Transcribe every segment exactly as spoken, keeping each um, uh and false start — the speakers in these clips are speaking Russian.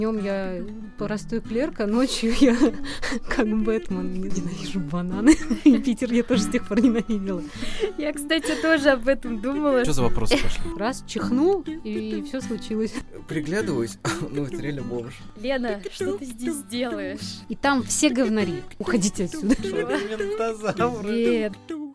Днем я простой клерк, а ночью я как Бэтмен. Ненавижу бананы. И Питер я тоже с тех пор ненавидела. Я, кстати, тоже об этом думала. Что за вопросы пошли? Раз чихнул, и все случилось. Приглядываюсь, ну это реально бомж. Лена, что ты здесь делаешь? И там все говнари. Уходите отсюда. Привет.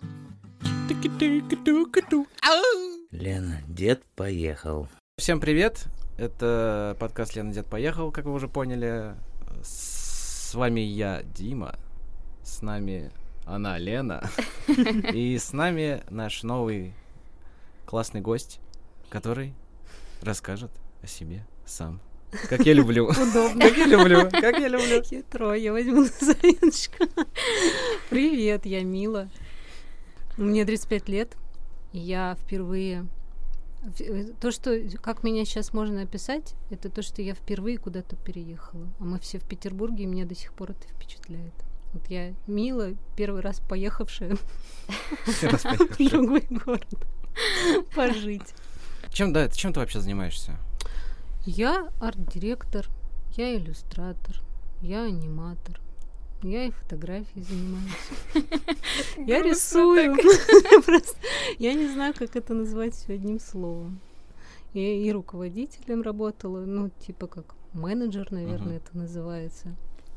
Лена, дед поехал. Всем привет. Это подкаст «Лена, дед поехал», как вы уже поняли. С вами я, Дима. С нами она, Лена. И с нами наш новый классный гость, который расскажет о себе сам. Как я люблю. Удобно. Как я люблю. Как я люблю. Хитро, я возьму на заметочку. Привет, я Мила. Мне тридцать пять лет. И я впервые... То, что, как меня сейчас можно описать, это то, что я впервые куда-то переехала. А мы все в Петербурге, и меня до сих пор это впечатляет. Вот я Мила, первый раз поехавшая в другой город пожить. Чем, да, чем ты вообще занимаешься? Я арт-директор, я иллюстратор, я аниматор. Я и фотографией занимаюсь. Я рисую. Я не знаю, как это назвать все одним словом. Я и руководителем работала, ну, типа как менеджер, наверное, это называется.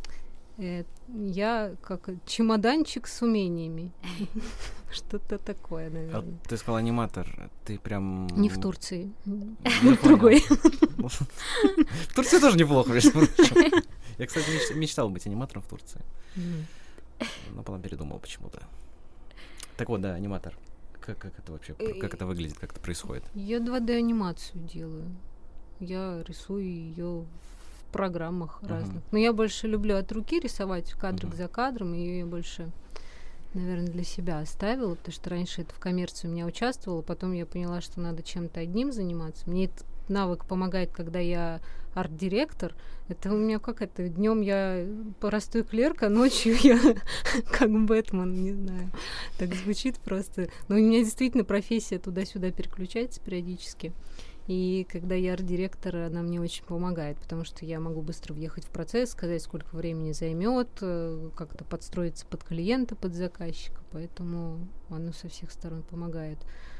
Я как чемоданчик с умениями. Что-то такое, наверное. Ты сказал аниматор, ты прям... Не в Турции. Другой. В Турции тоже неплохо, между прочим. Я, кстати, меч- мечтал быть аниматором в Турции. Mm. Но потом передумал почему-то. Так вот, да, аниматор. Как, как это вообще, как это выглядит, как это происходит? Я два дэ-анимацию делаю. Я рисую ее в программах uh-huh. разных. Но я больше люблю от руки рисовать кадрик uh-huh. за кадром. Ее я больше, наверное, для себя оставила, потому что раньше это в коммерции у меня участвовала. Потом я поняла, что надо чем-то одним заниматься. Мне этот навык помогает, когда я арт-директор. Это у меня как это, днем я простой клерк, а ночью я как Бэтмен, не знаю. Так звучит просто. Но у меня действительно профессия туда-сюда переключается периодически. И когда я арт-директор, она мне очень помогает, потому что я могу быстро въехать в процесс, сказать, сколько времени займет, как-то подстроиться под клиента, под заказчика. Поэтому оно со всех сторон помогает.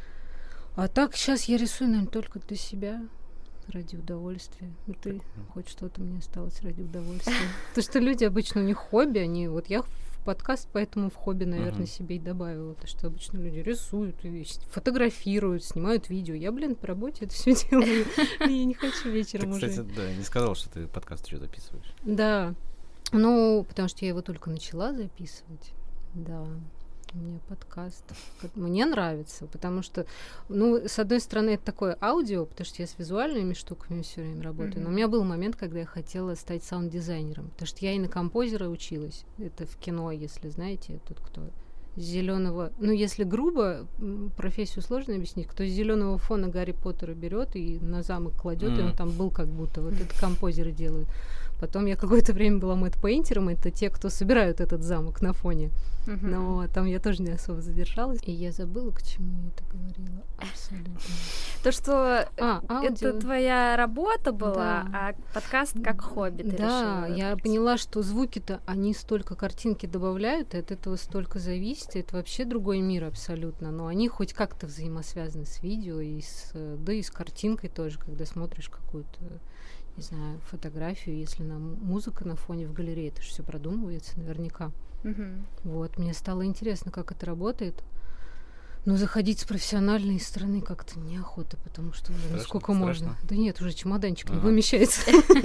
А так сейчас я рисую, наверное, только для себя. Ради удовольствия. И ты хоть что-то мне осталось ради удовольствия. Потому что люди обычно у них хобби, они вот я в подкаст, поэтому в хобби, наверное, uh-huh. себе и добавила. Потому что обычно люди рисуют, фотографируют, снимают видео. Я, блин, по работе это все делаю. Я не хочу вечером уже. Ты, кстати, да, не сказала, что ты подкаст еще записываешь. Да. Ну, потому что я его только начала записывать. Да. У меня подкаст. Мне нравится, потому что, ну, с одной стороны, это такое аудио, потому что я с визуальными штуками все время работаю, mm-hmm. но у меня был момент, когда я хотела стать саунд-дизайнером, потому что я и на композера училась. Это в кино, если знаете, тут кто с зеленого, ну, если грубо профессию сложно объяснить, кто с зеленого фона Гарри Поттера берет и на замок кладет, mm-hmm. и он там был как будто, вот это композеры делают. Потом я какое-то время была мэтт-пейнтером, это те, кто собирают этот замок на фоне. Uh-huh. Но там я тоже не особо задержалась. И я забыла, к чему я это говорила. Абсолютно. То, что а, это твоя работа была, да. А подкаст как хобби ты да, решила. Да, я поняла, что звуки-то, они столько картинки добавляют, и от этого столько зависит. Это вообще другой мир абсолютно. Но они хоть как-то взаимосвязаны с видео, и с, да и с картинкой тоже, когда смотришь какую-то, не знаю, фотографию, если на музыка на фоне в галерее, это же все продумывается наверняка. Uh-huh. Вот, мне стало интересно, как это работает. Но заходить с профессиональной стороны как-то неохота, потому что уже ну, сколько страшно? Можно. Да нет, уже чемоданчик uh-huh. не помещается.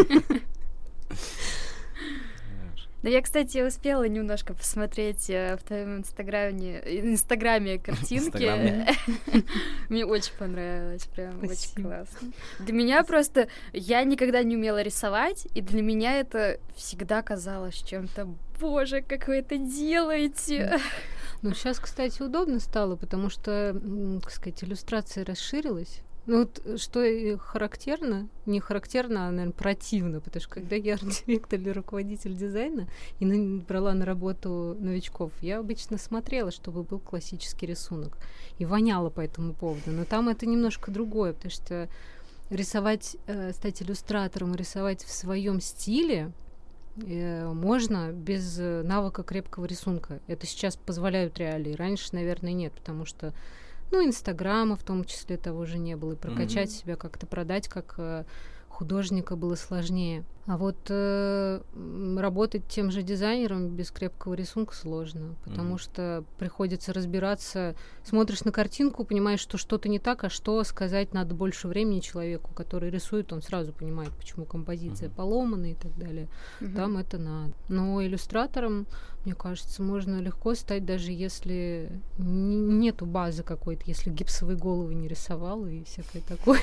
Да я, кстати, успела немножко посмотреть в твоем инстаграме, инстаграме картинки. Мне очень понравилось, прям очень классно. Для меня просто, я никогда не умела рисовать, и для меня это всегда казалось чем-то, боже, как вы это делаете. Ну, сейчас, кстати, удобно стало, потому что, как сказать, иллюстрация расширилась. Ну вот что характерно, не характерно, а, наверное, противно, потому что когда я арт-директор или руководитель дизайна и на, брала на работу новичков, я обычно смотрела, чтобы был классический рисунок, и воняла по этому поводу. Но там это немножко другое, потому что рисовать, э, стать иллюстратором, рисовать в своем стиле э, можно без навыка крепкого рисунка. Это сейчас позволяют реалии. Раньше, наверное, нет, потому что, ну, Инстаграма в том числе того же не было. И прокачать mm-hmm. себя, как-то продать как э, художника было сложнее. А вот э, работать тем же дизайнером без крепкого рисунка сложно, потому mm-hmm. что приходится разбираться. Смотришь на картинку, понимаешь, что что-то не так, а что сказать надо больше времени человеку, который рисует, он сразу понимает, почему композиция mm-hmm. поломана и так далее. Mm-hmm. Там это надо. Но иллюстратором, мне кажется, можно легко стать, даже если н- нету базы какой-то, если гипсовые головы не рисовал и всякое такое.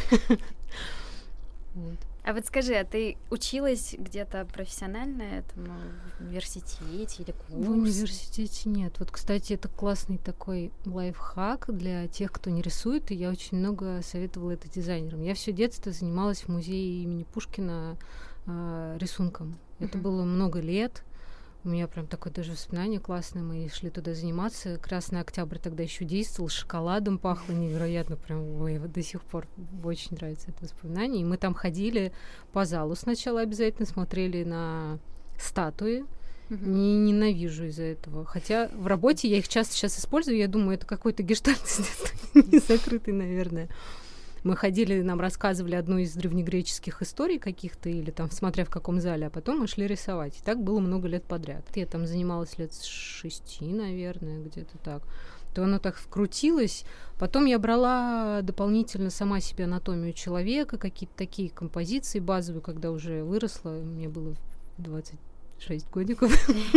Вот. А вот скажи, а ты училась где-то профессионально этому в университете или курс? В университете нет. Вот, кстати, это классный такой лайфхак для тех, кто не рисует, и я очень много советовала это дизайнерам. Я все детство занималась в музее имени Пушкина э, рисунком. Mm-hmm. Это было много лет. У меня прям такое даже воспоминание классное. Мы шли туда заниматься. Красный Октябрь тогда еще действовал, шоколадом пахло невероятно. Прям, ой, вот до сих пор очень нравится это воспоминание. И мы там ходили по залу сначала обязательно, смотрели на статуи. Mm-hmm. Не ненавижу из-за этого. Хотя в работе я их часто сейчас использую. Я думаю, это какой-то гештальт не закрытый, наверное. Мы ходили, нам рассказывали одну из древнегреческих историй каких-то, или там, смотря в каком зале, а потом мы шли рисовать. И так было много лет подряд. Я там занималась лет с шести, наверное, где-то так. То оно так вкрутилось. Потом я брала дополнительно сама себе анатомию человека, какие-то такие композиции базовые, когда уже выросла. Мне было двадцать шесть годиков.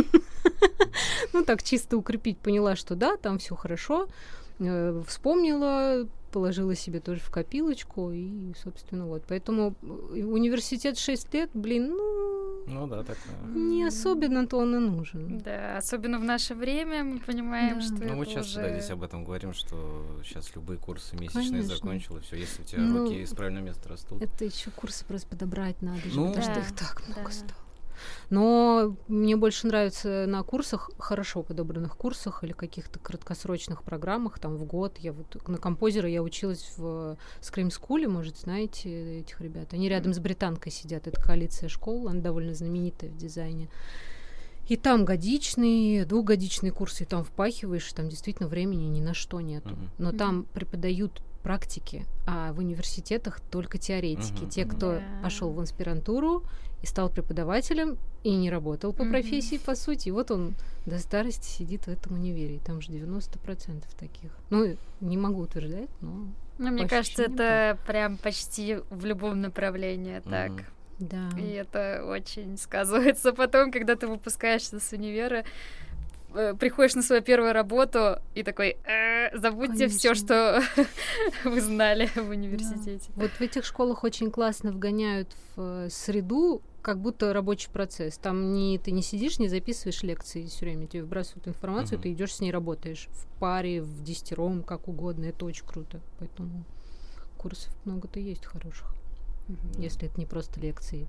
Ну, так чисто укрепить. Поняла, что да, там все хорошо. Вспомнила, положила себе тоже в копилочку, и, собственно, вот. Поэтому университет шесть лет, блин, ну... Ну да, такое. Не особенно-то он и нужен. Да, особенно в наше время мы понимаем, да. что ну, это мы часто, уже... да, здесь об этом говорим, что сейчас любые курсы месячные Конечно. закончил, и все, если у тебя ну, руки из правильного места растут. Это еще курсы просто подобрать надо же, ну, потому да, что их так много да. стало. Но мне больше нравится на курсах, хорошо подобранных курсах или каких-то краткосрочных программах, там в год. Я вот на композера я училась в Scream School, может, знаете этих ребят. Они рядом с Британкой сидят, это коалиция школ, она довольно знаменитая в дизайне. И там годичные, двухгодичные курсы, и там впахиваешь, там действительно времени ни на что нету. Uh-huh. Но uh-huh. там преподают практики, а в университетах только теоретики. Uh-huh. Те, кто yeah. пошел в аспирантуру и стал преподавателем, и не работал по uh-huh. профессии, по сути. И вот он до старости сидит в этом универе. И там же девяносто процентов таких. Ну, не могу утверждать, но... Ну, мне кажется, это так. Прям почти в любом направлении uh-huh. так. Да. И это очень сказывается потом, когда ты выпускаешься с универа, э, приходишь на свою первую работу и такой, э, забудьте все, что вы знали в университете. Да. Вот в этих школах очень классно вгоняют в среду, как будто рабочий процесс. Там не, ты не сидишь, не записываешь лекции все время, тебе вбрасывают информацию, uh-huh. ты идешь с ней работаешь в паре, в десятером, как угодно. Это очень круто. Поэтому курсов много-то есть хороших. Mm-hmm. Если это не просто лекции.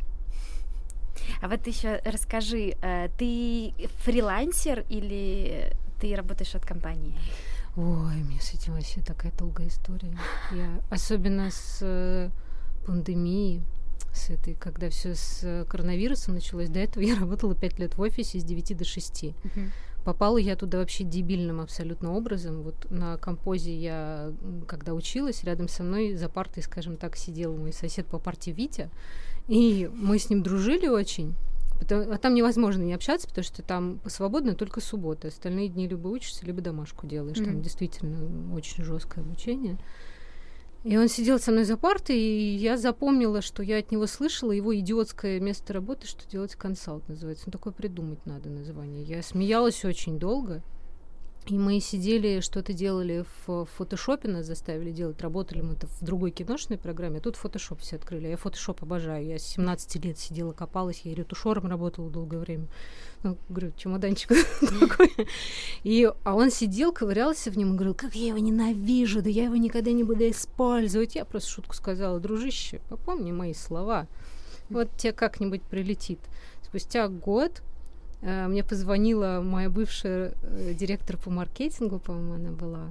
А вот еще расскажи, ты фрилансер или ты работаешь от компании? Ой, у меня с этим вообще такая долгая история. Я особенно с пандемией, с этой, когда все с коронавирусом началось. До этого я работала пять лет в офисе с девяти до шести. Mm-hmm. Попала я туда вообще дебильным абсолютно образом. Вот на композе я, когда училась, рядом со мной за партой, скажем так, сидел мой сосед по парте Витя, и мы с ним дружили очень. Потому, а там невозможно не общаться, потому что там свободно только суббота. Остальные дни либо учишься, либо домашку делаешь. Mm-hmm. Там действительно очень жесткое обучение. И он сидел со мной за партой, и я запомнила, что я от него слышала его идиотское место работы, что делать консалт называется. Ну, такое придумать надо название. Я смеялась очень долго, и мы сидели, что-то делали в фотошопе, нас заставили делать. Работали мы-то в другой киношной программе, а тут фотошоп все открыли. Я фотошоп обожаю. Я с семнадцати лет сидела, копалась, я ретушером работала долгое время. Ну, говорю, чемоданчик такой. И, а он сидел, ковырялся в нем и говорил, как я его ненавижу, да я его никогда не буду использовать. Я просто шутку сказала, дружище, попомни мои слова. Вот тебе как-нибудь прилетит. Спустя год э, мне позвонила моя бывшая э, директор по маркетингу, по-моему, она была.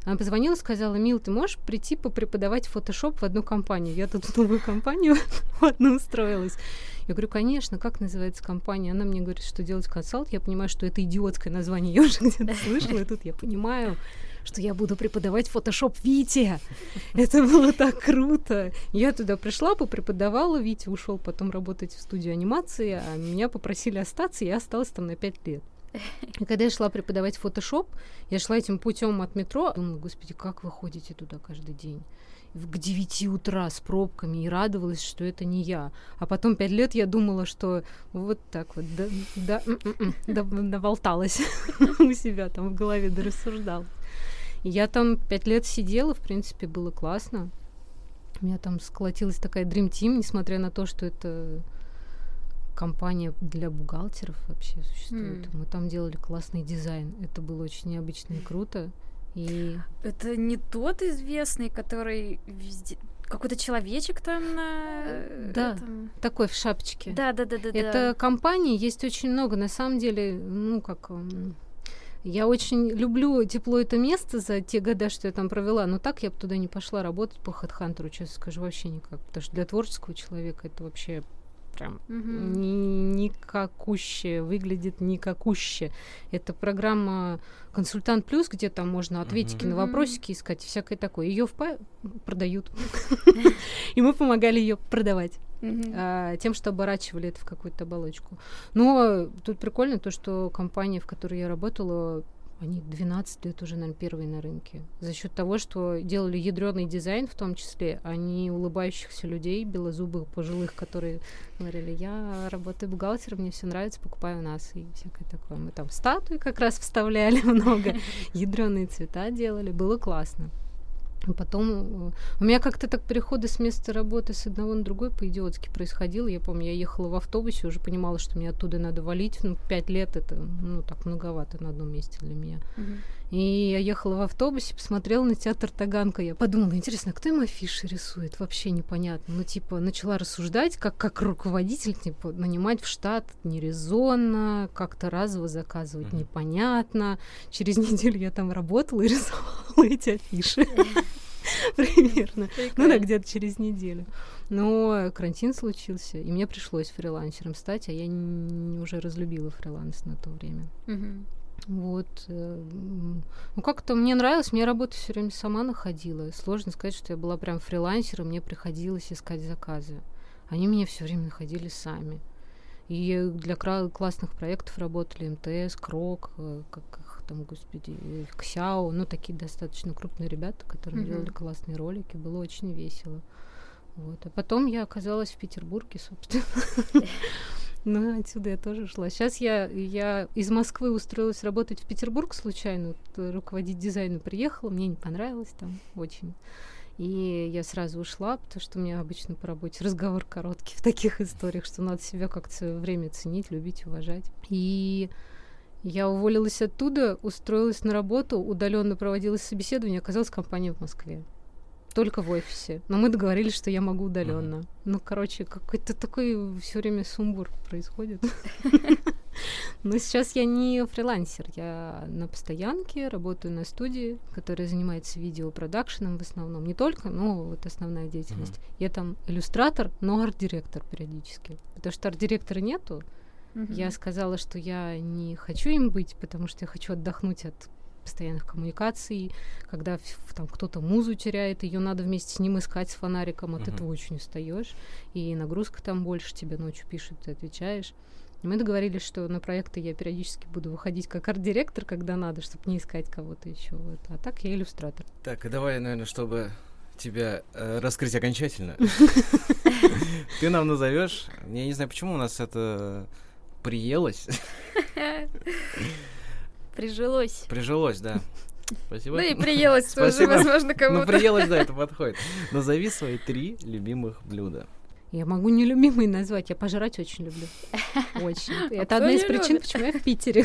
Она позвонила, сказала: Мил, ты можешь прийти попреподавать фотошоп в одну компанию? Я тут в новую компанию в одну устроилась. Я говорю: конечно, как называется компания? Она мне говорит, что делать консалт. Я понимаю, что это идиотское название, я уже где-то слышала, и тут я понимаю, что я буду преподавать фотошоп Вите. Это было так круто. Я туда пришла, попреподавала, Витя ушел потом работать в студию анимации, а меня попросили остаться, и я осталась там на пять лет. И когда я шла преподавать фотошоп, я шла этим путем от метро, думала: господи, как вы ходите туда каждый день? К девяти утра с пробками, и радовалась, что это не я. А потом пять лет я думала, что вот так вот, да, да, да, наболталась у себя там в голове, дорассуждала. И я там пять лет сидела, в принципе, было классно. У меня там сколотилась такая Dream Team, несмотря на то, что это компания для бухгалтеров вообще существует. Mm. Мы там делали классный дизайн. Это было очень необычно и круто. И... Это не тот известный, который везде... Какой-то человечек там на... Да, этом... такой в шапочке. Да, да, да, да. Это компаний есть очень много. На самом деле, ну, как... Я очень люблю тепло это место за те года, что я там провела, но так я бы туда не пошла работать по HeadHunter, честно скажу, вообще никак. Потому что для творческого человека это вообще... прям mm-hmm. ни, никакуще, выглядит никакуще. Это программа «Консультант Плюс», где там можно ответики mm-hmm. на вопросики искать, всякое такое. Ее впа- продают. И мы помогали ее продавать тем, что оборачивали это в какую-то оболочку. Но тут прикольно то, что компания, в которой я работала, они двенадцать лет уже, наверное, первые на рынке. За счет того, что делали ядрёный дизайн, в том числе, они улыбающихся людей, белозубых, пожилых, которые говорили: я работаю бухгалтером, мне все нравится, покупаю у нас, и всякое такое. Мы там статуи как раз вставляли много, ядрёные цвета делали, было классно. Потом у меня как-то так переходы с места работы с одного на другой по-идиотски происходило. Я помню, я ехала в автобусе, уже понимала, что мне оттуда надо валить. Ну, пять лет это, ну, так многовато на одном месте для меня. Uh-huh. И я ехала в автобусе, посмотрела на театр Таганка. Я подумала: интересно, кто им афиши рисует? Вообще непонятно. Ну, типа, начала рассуждать, как, как руководитель, типа, нанимать в штат нерезонно, как-то разово заказывать uh-huh. непонятно. Через неделю я там работала и рисовала эти афиши. Примерно. Ну да, где-то через неделю. Но карантин случился, и мне пришлось фрилансером стать, а я не, уже разлюбила фриланс на то время. Uh-huh. Вот. Ну, как-то мне нравилось, мне работу все время сама находила. Сложно сказать, что я была прям фрилансером, мне приходилось искать заказы. Они меня все время находили сами. И для кра- классных проектов работали эм тэ эс, Крок, как их там, господи, Ксяо, ну, такие достаточно крупные ребята, которые mm-hmm. делали классные ролики, было очень весело. Вот. А потом я оказалась в Петербурге, собственно. Ну, отсюда я тоже шла. Сейчас я, я из Москвы устроилась работать в Петербург случайно, вот, руководить дизайном приехала, мне не понравилось там очень. И я сразу ушла, потому что у меня обычно по работе разговор короткий в таких историях, что надо себя как-то время ценить, любить, уважать. И я уволилась оттуда, устроилась на работу, удаленно проводилось собеседование, оказалась компания в Москве. Только в офисе. Но мы договорились, что я могу удаленно. Uh-huh. Ну, короче, какой-то такой все время сумбур происходит. Но сейчас я не фрилансер, я на постоянке, работаю на студии, которая занимается видеопродакшеном в основном. Не только, но вот основная деятельность. Uh-huh. Я там иллюстратор, но арт-директор периодически. Потому что арт-директора нету. Uh-huh. Я сказала, что я не хочу им быть, потому что я хочу отдохнуть от постоянных коммуникаций, когда там кто-то музу теряет, ее надо вместе с ним искать с фонариком, от uh-huh. этого очень устаешь, и нагрузка там больше, тебе ночью пишут, ты отвечаешь. И мы договорились, что на проекты я периодически буду выходить как арт-директор, когда надо, чтобы не искать кого-то еще. Вот. А так я иллюстратор. Так, и давай, наверное, чтобы тебя э, раскрыть окончательно, ты нам назовешь, я не знаю, почему у нас это приелось. Прижилось. Прижилось, да. Спасибо. Ну и приелось тоже, возможно, кому-то. Ну, приелось, да, это подходит. Назови свои три любимых блюда. Я могу нелюбимые назвать, я пожрать очень люблю. Очень. Это одна из причин, почему я в Питере.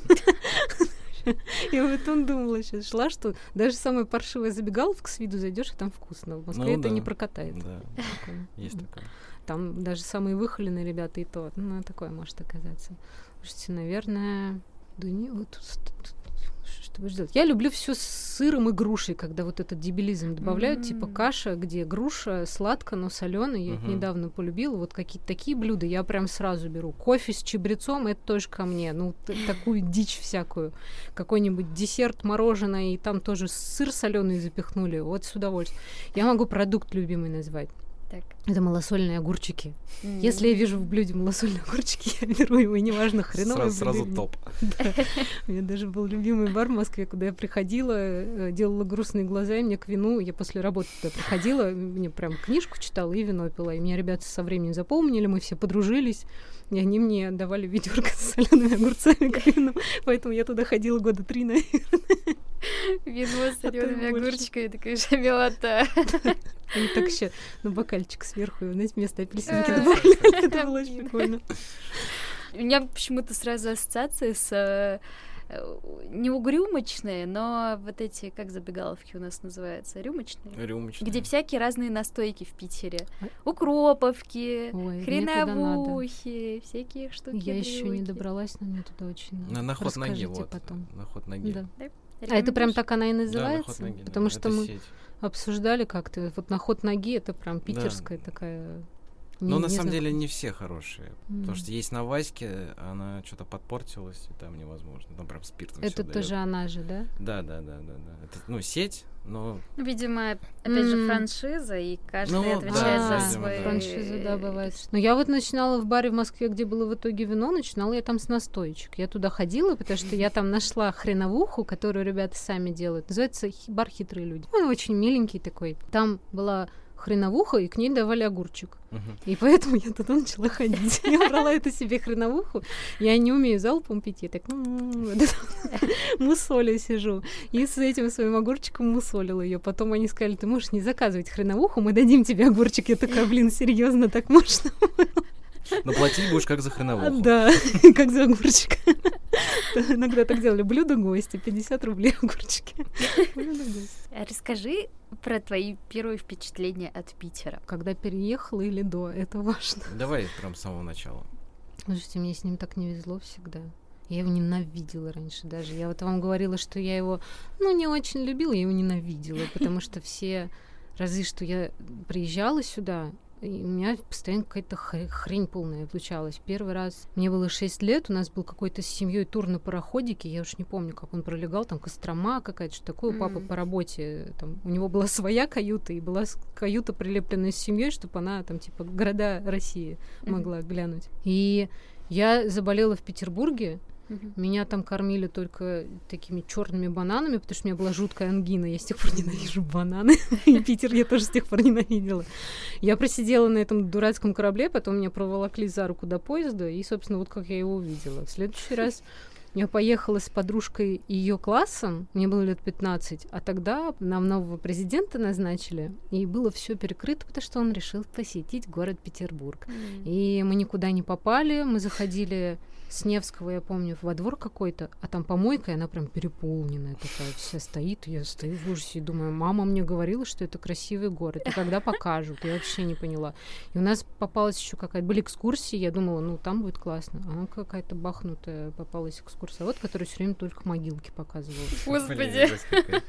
Я об этом думала сейчас. Шла, что даже самая паршивая забегаловка с виду зайдешь, и там вкусно. В Москве это не прокатает. Да, есть такое. Там даже самые выхоленные ребята и то, ну, такое может оказаться. Слушайте, наверное... Да не, вот что ты будешь делать? Я люблю все с сыром и грушей, когда вот этот дебилизм добавляют, Mm. типа каша, где груша сладко, но соленая. Я Мгм. это недавно полюбила. Вот какие-то такие блюда я прям сразу беру. Кофе с чабрецом — это тоже ко мне. Ну, т- такую дичь всякую. Какой-нибудь десерт, мороженое, и там тоже сыр соленый запихнули. Вот с удовольствием. Я могу продукт любимый назвать. Так. Это малосольные огурчики. М. Если я вижу в блюде малосольные огурчики, я беру его, и неважно, хреновый Сразу, сразу блюдо. топ. Да. У меня даже был любимый бар в Москве, куда я приходила, э, делала грустные глаза, и мне к вину, я после работы туда приходила, мне прям книжку читала и вино пила. И меня ребята со временем запомнили, мы все подружились, и они мне давали ведерко с солеными огурцами к вину, поэтому я туда ходила года три, наверное. Вино с А то и солеными больше. огурчиками, такая шамёта. Они так еще на бокальчик сверху, знаете, вместо апельсинки А. добавляли. Это было очень Блин. прикольно. У меня почему-то сразу ассоциации с э, э, не угрюмочные, но вот эти, как забегаловки у нас называются, рюмочные. Рюмочная. Где всякие разные настойки в Питере. Ой. Укроповки, Ой, мне туда надо. хреновухи, всякие штуки. Я еще не дрюки. добралась, но мне туда очень надо. На, на ход ноги, Расскажите вот. потом. На ход ноги. Да. А это Рекомендуешь? прям так она и Да, на называется? ход ноги, да. Потому что Это мы сеть. обсуждали как-то. Вот на ход ноги это прям Да. питерская такая. Но не- на не самом знаю, деле как- не все хорошие. Потому М. что есть на Ваське, она что-то подпортилась, и там невозможно. Там прям спиртом Это всё тоже даёт. она же, да? Да, да, да, да, да. Это, ну, сеть, но Ну, видимо, опять же, М. франшиза, и каждый Ну, отвечает да, за видимо, свои... да. Франшиза, да, бывает. Но я вот начинала в баре в Москве, где было в итоге вино, начинала я там с настоечек. Я туда ходила, потому что я там нашла хреновуху, которую ребята сами делают. Называется хи- бар «Хитрые люди». Он очень миленький такой. Там была хреновуха, и к ней давали огурчик. мгм. И поэтому я туда начала ходить. Я брала эту себе хреновуху. Я не умею залпом пить. Я так м-м, вот это мусолю сижу. И с этим своим огурчиком мусолила ее. Потом они сказали, ты можешь не заказывать хреновуху, мы дадим тебе огурчик. Я такая, блин, серьезно, так можно? Но платить будешь как за А, хреновуху. да, как за огурчик. Иногда так делали. Блюдо гостя, пятьдесят рублей огурчики. Блюдо гостя. А расскажи про твои первые впечатления от Питера. Когда переехала или до, это важно. Давай прям с самого начала. Слушайте, мне с ним так не везло всегда. Я его ненавидела раньше даже. Я вот вам говорила, что я его, ну, не очень любила, я его ненавидела, потому что все разы, что я приезжала сюда, и у меня постоянно какая-то хр- хрень полная получалась. Первый раз мне было шесть лет, у нас был какой-то с семьей тур на пароходике, я уж не помню, как он пролегал, там Кострома какая-то, что такое, у папы М. по работе, там, у него была своя каюта, и была с- каюта, прилепленная с семьей, чтобы она там, типа, города России могла глянуть. И я заболела в Петербурге. Мгм. Меня там кормили только такими черными бананами, потому что у меня была жуткая ангина. Я с тех пор ненавижу бананы. И Питер я тоже с тех пор ненавидела. Я просидела на этом дурацком корабле, потом меня проволокли за руку до поезда, и, собственно, вот как я его увидела. В следующий раз я поехала с подружкой и ее классом, мне было лет пятнадцать, а тогда нам нового президента назначили, и было все перекрыто, потому что он решил посетить город Петербург. М. И мы никуда не попали, мы заходили с Невского, я помню, во двор какой-то, а там помойка, и она прям переполненная такая, вся стоит, я стою в ужасе и думаю, мама мне говорила, что это красивый город, и когда покажут, я вообще не поняла. И у нас попалась еще какая-то, были экскурсии, я думала, ну, там будет классно, а она какая-то бахнутая попалась экскурсовод, который все время только могилки показывал. Блин, Господи. жесть какая.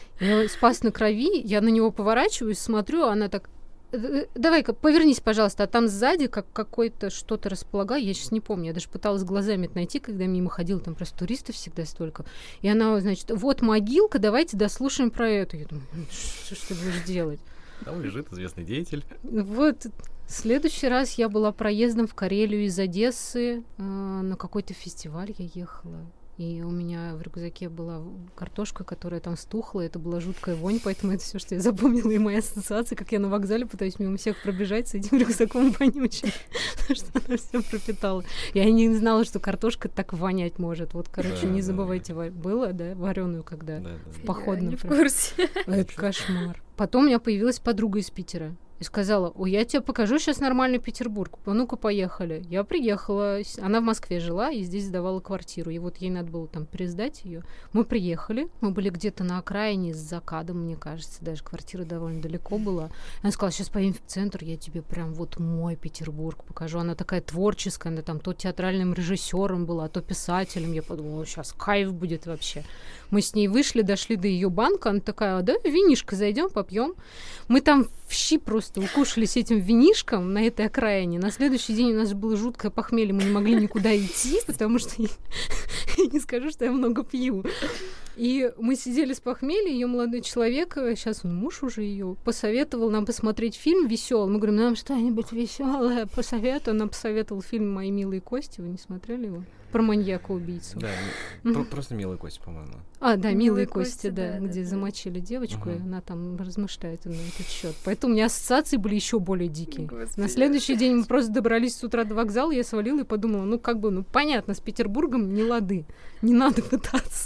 Я спас на крови, я на него поворачиваюсь, смотрю, а она так, «Э, давай-ка, повернись, пожалуйста, а там сзади как какой-то что-то располагал, я сейчас не помню, я даже пыталась глазами это найти, когда мимо ходила, там просто туристов всегда столько, и она, значит, вот могилка, давайте дослушаем про это. Я думаю, «Ну, что ж ты будешь делать? Там лежит известный деятель. Вот, в следующий раз я была проездом в Карелию из Одессы, э, на какой-то фестиваль я ехала. И у меня в рюкзаке была картошка, которая там стухла, это была жуткая вонь, поэтому это все, что я запомнила, и мои ассоциации, как я на вокзале пытаюсь мимо всех пробежать с этим рюкзаком вонючим, потому что она все пропитала. Я не знала, что картошка так вонять может. Вот, короче, Да, не да, забывайте, ва- было, да, вареную когда? Да, да, В да. походном Я не в прям. курсе. Это кошмар. Потом у меня появилась подруга из Питера. И сказала: ой, я тебе покажу сейчас нормальный Петербург. Ну-ка, поехали. Я приехала. Она в Москве жила и здесь сдавала квартиру. И вот ей надо было там пересдать ее. Мы приехали. Мы были где-то на окраине с закадом, мне кажется. Даже квартира довольно далеко была. Она сказала: сейчас поедем в центр, я тебе прям вот мой Петербург покажу. Она такая творческая. Она там то театральным режиссером была, то писателем. Я подумала: сейчас кайф будет вообще. Мы с ней вышли, дошли до ее банка. Она такая: да, винишко, зайдем, попьем. Мы там в щи просто укушались этим винишком на этой окраине. На следующий день у нас было жуткое похмелье, мы не могли никуда идти, потому что я не скажу, что я много пью. И мы сидели с похмелья, ее молодой человек, сейчас он муж уже ее, посоветовал нам посмотреть фильм веселый. Мы говорим: нам что-нибудь веселое посоветуй. Он нам посоветовал фильм «Мои милые кости». Вы не смотрели его? Про маньяка-убийцу. Да, mm-hmm. просто «Милые кости», по-моему. А, да, «Милые, милые кости», кости, да, да, где да, замочили девочку, uh-huh. и она там размышляет на этот счет. Поэтому у меня ассоциации были еще более дикие. Господи. На следующий день мы просто добрались с утра до вокзала, я свалила и подумала: ну, как бы, ну, понятно, с Петербургом не лады, не надо пытаться.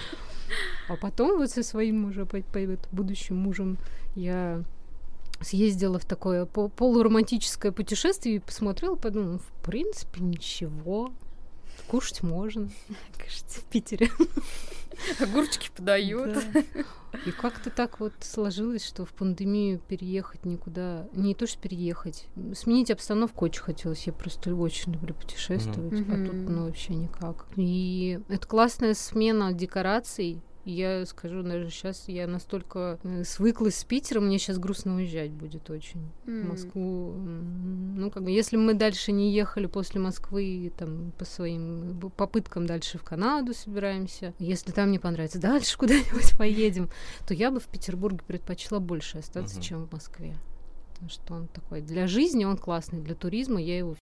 А потом вот со своим уже по, по, будущим мужем я съездила в такое полуромантическое путешествие и посмотрела, подумала: в принципе, ничего. Кушать можно. Кушать в Питере. Огурчики подают. Да. И как-то так вот сложилось, что в пандемию переехать никуда... Не то, что переехать. Сменить обстановку очень хотелось. Я просто очень люблю путешествовать. Mm-hmm. А тут, ну, вообще никак. И это классная смена декораций. Я скажу, даже сейчас я настолько свыклась с Питером, мне сейчас грустно уезжать будет очень. Mm. В Москву. Ну, как бы, если мы дальше не ехали после Москвы, там, по своим попыткам дальше в Канаду собираемся, если там не понравится, дальше куда-нибудь поедем, то я бы в Петербурге предпочла больше остаться, mm-hmm. чем в Москве. Потому что он такой... Для жизни он классный, для туризма я его...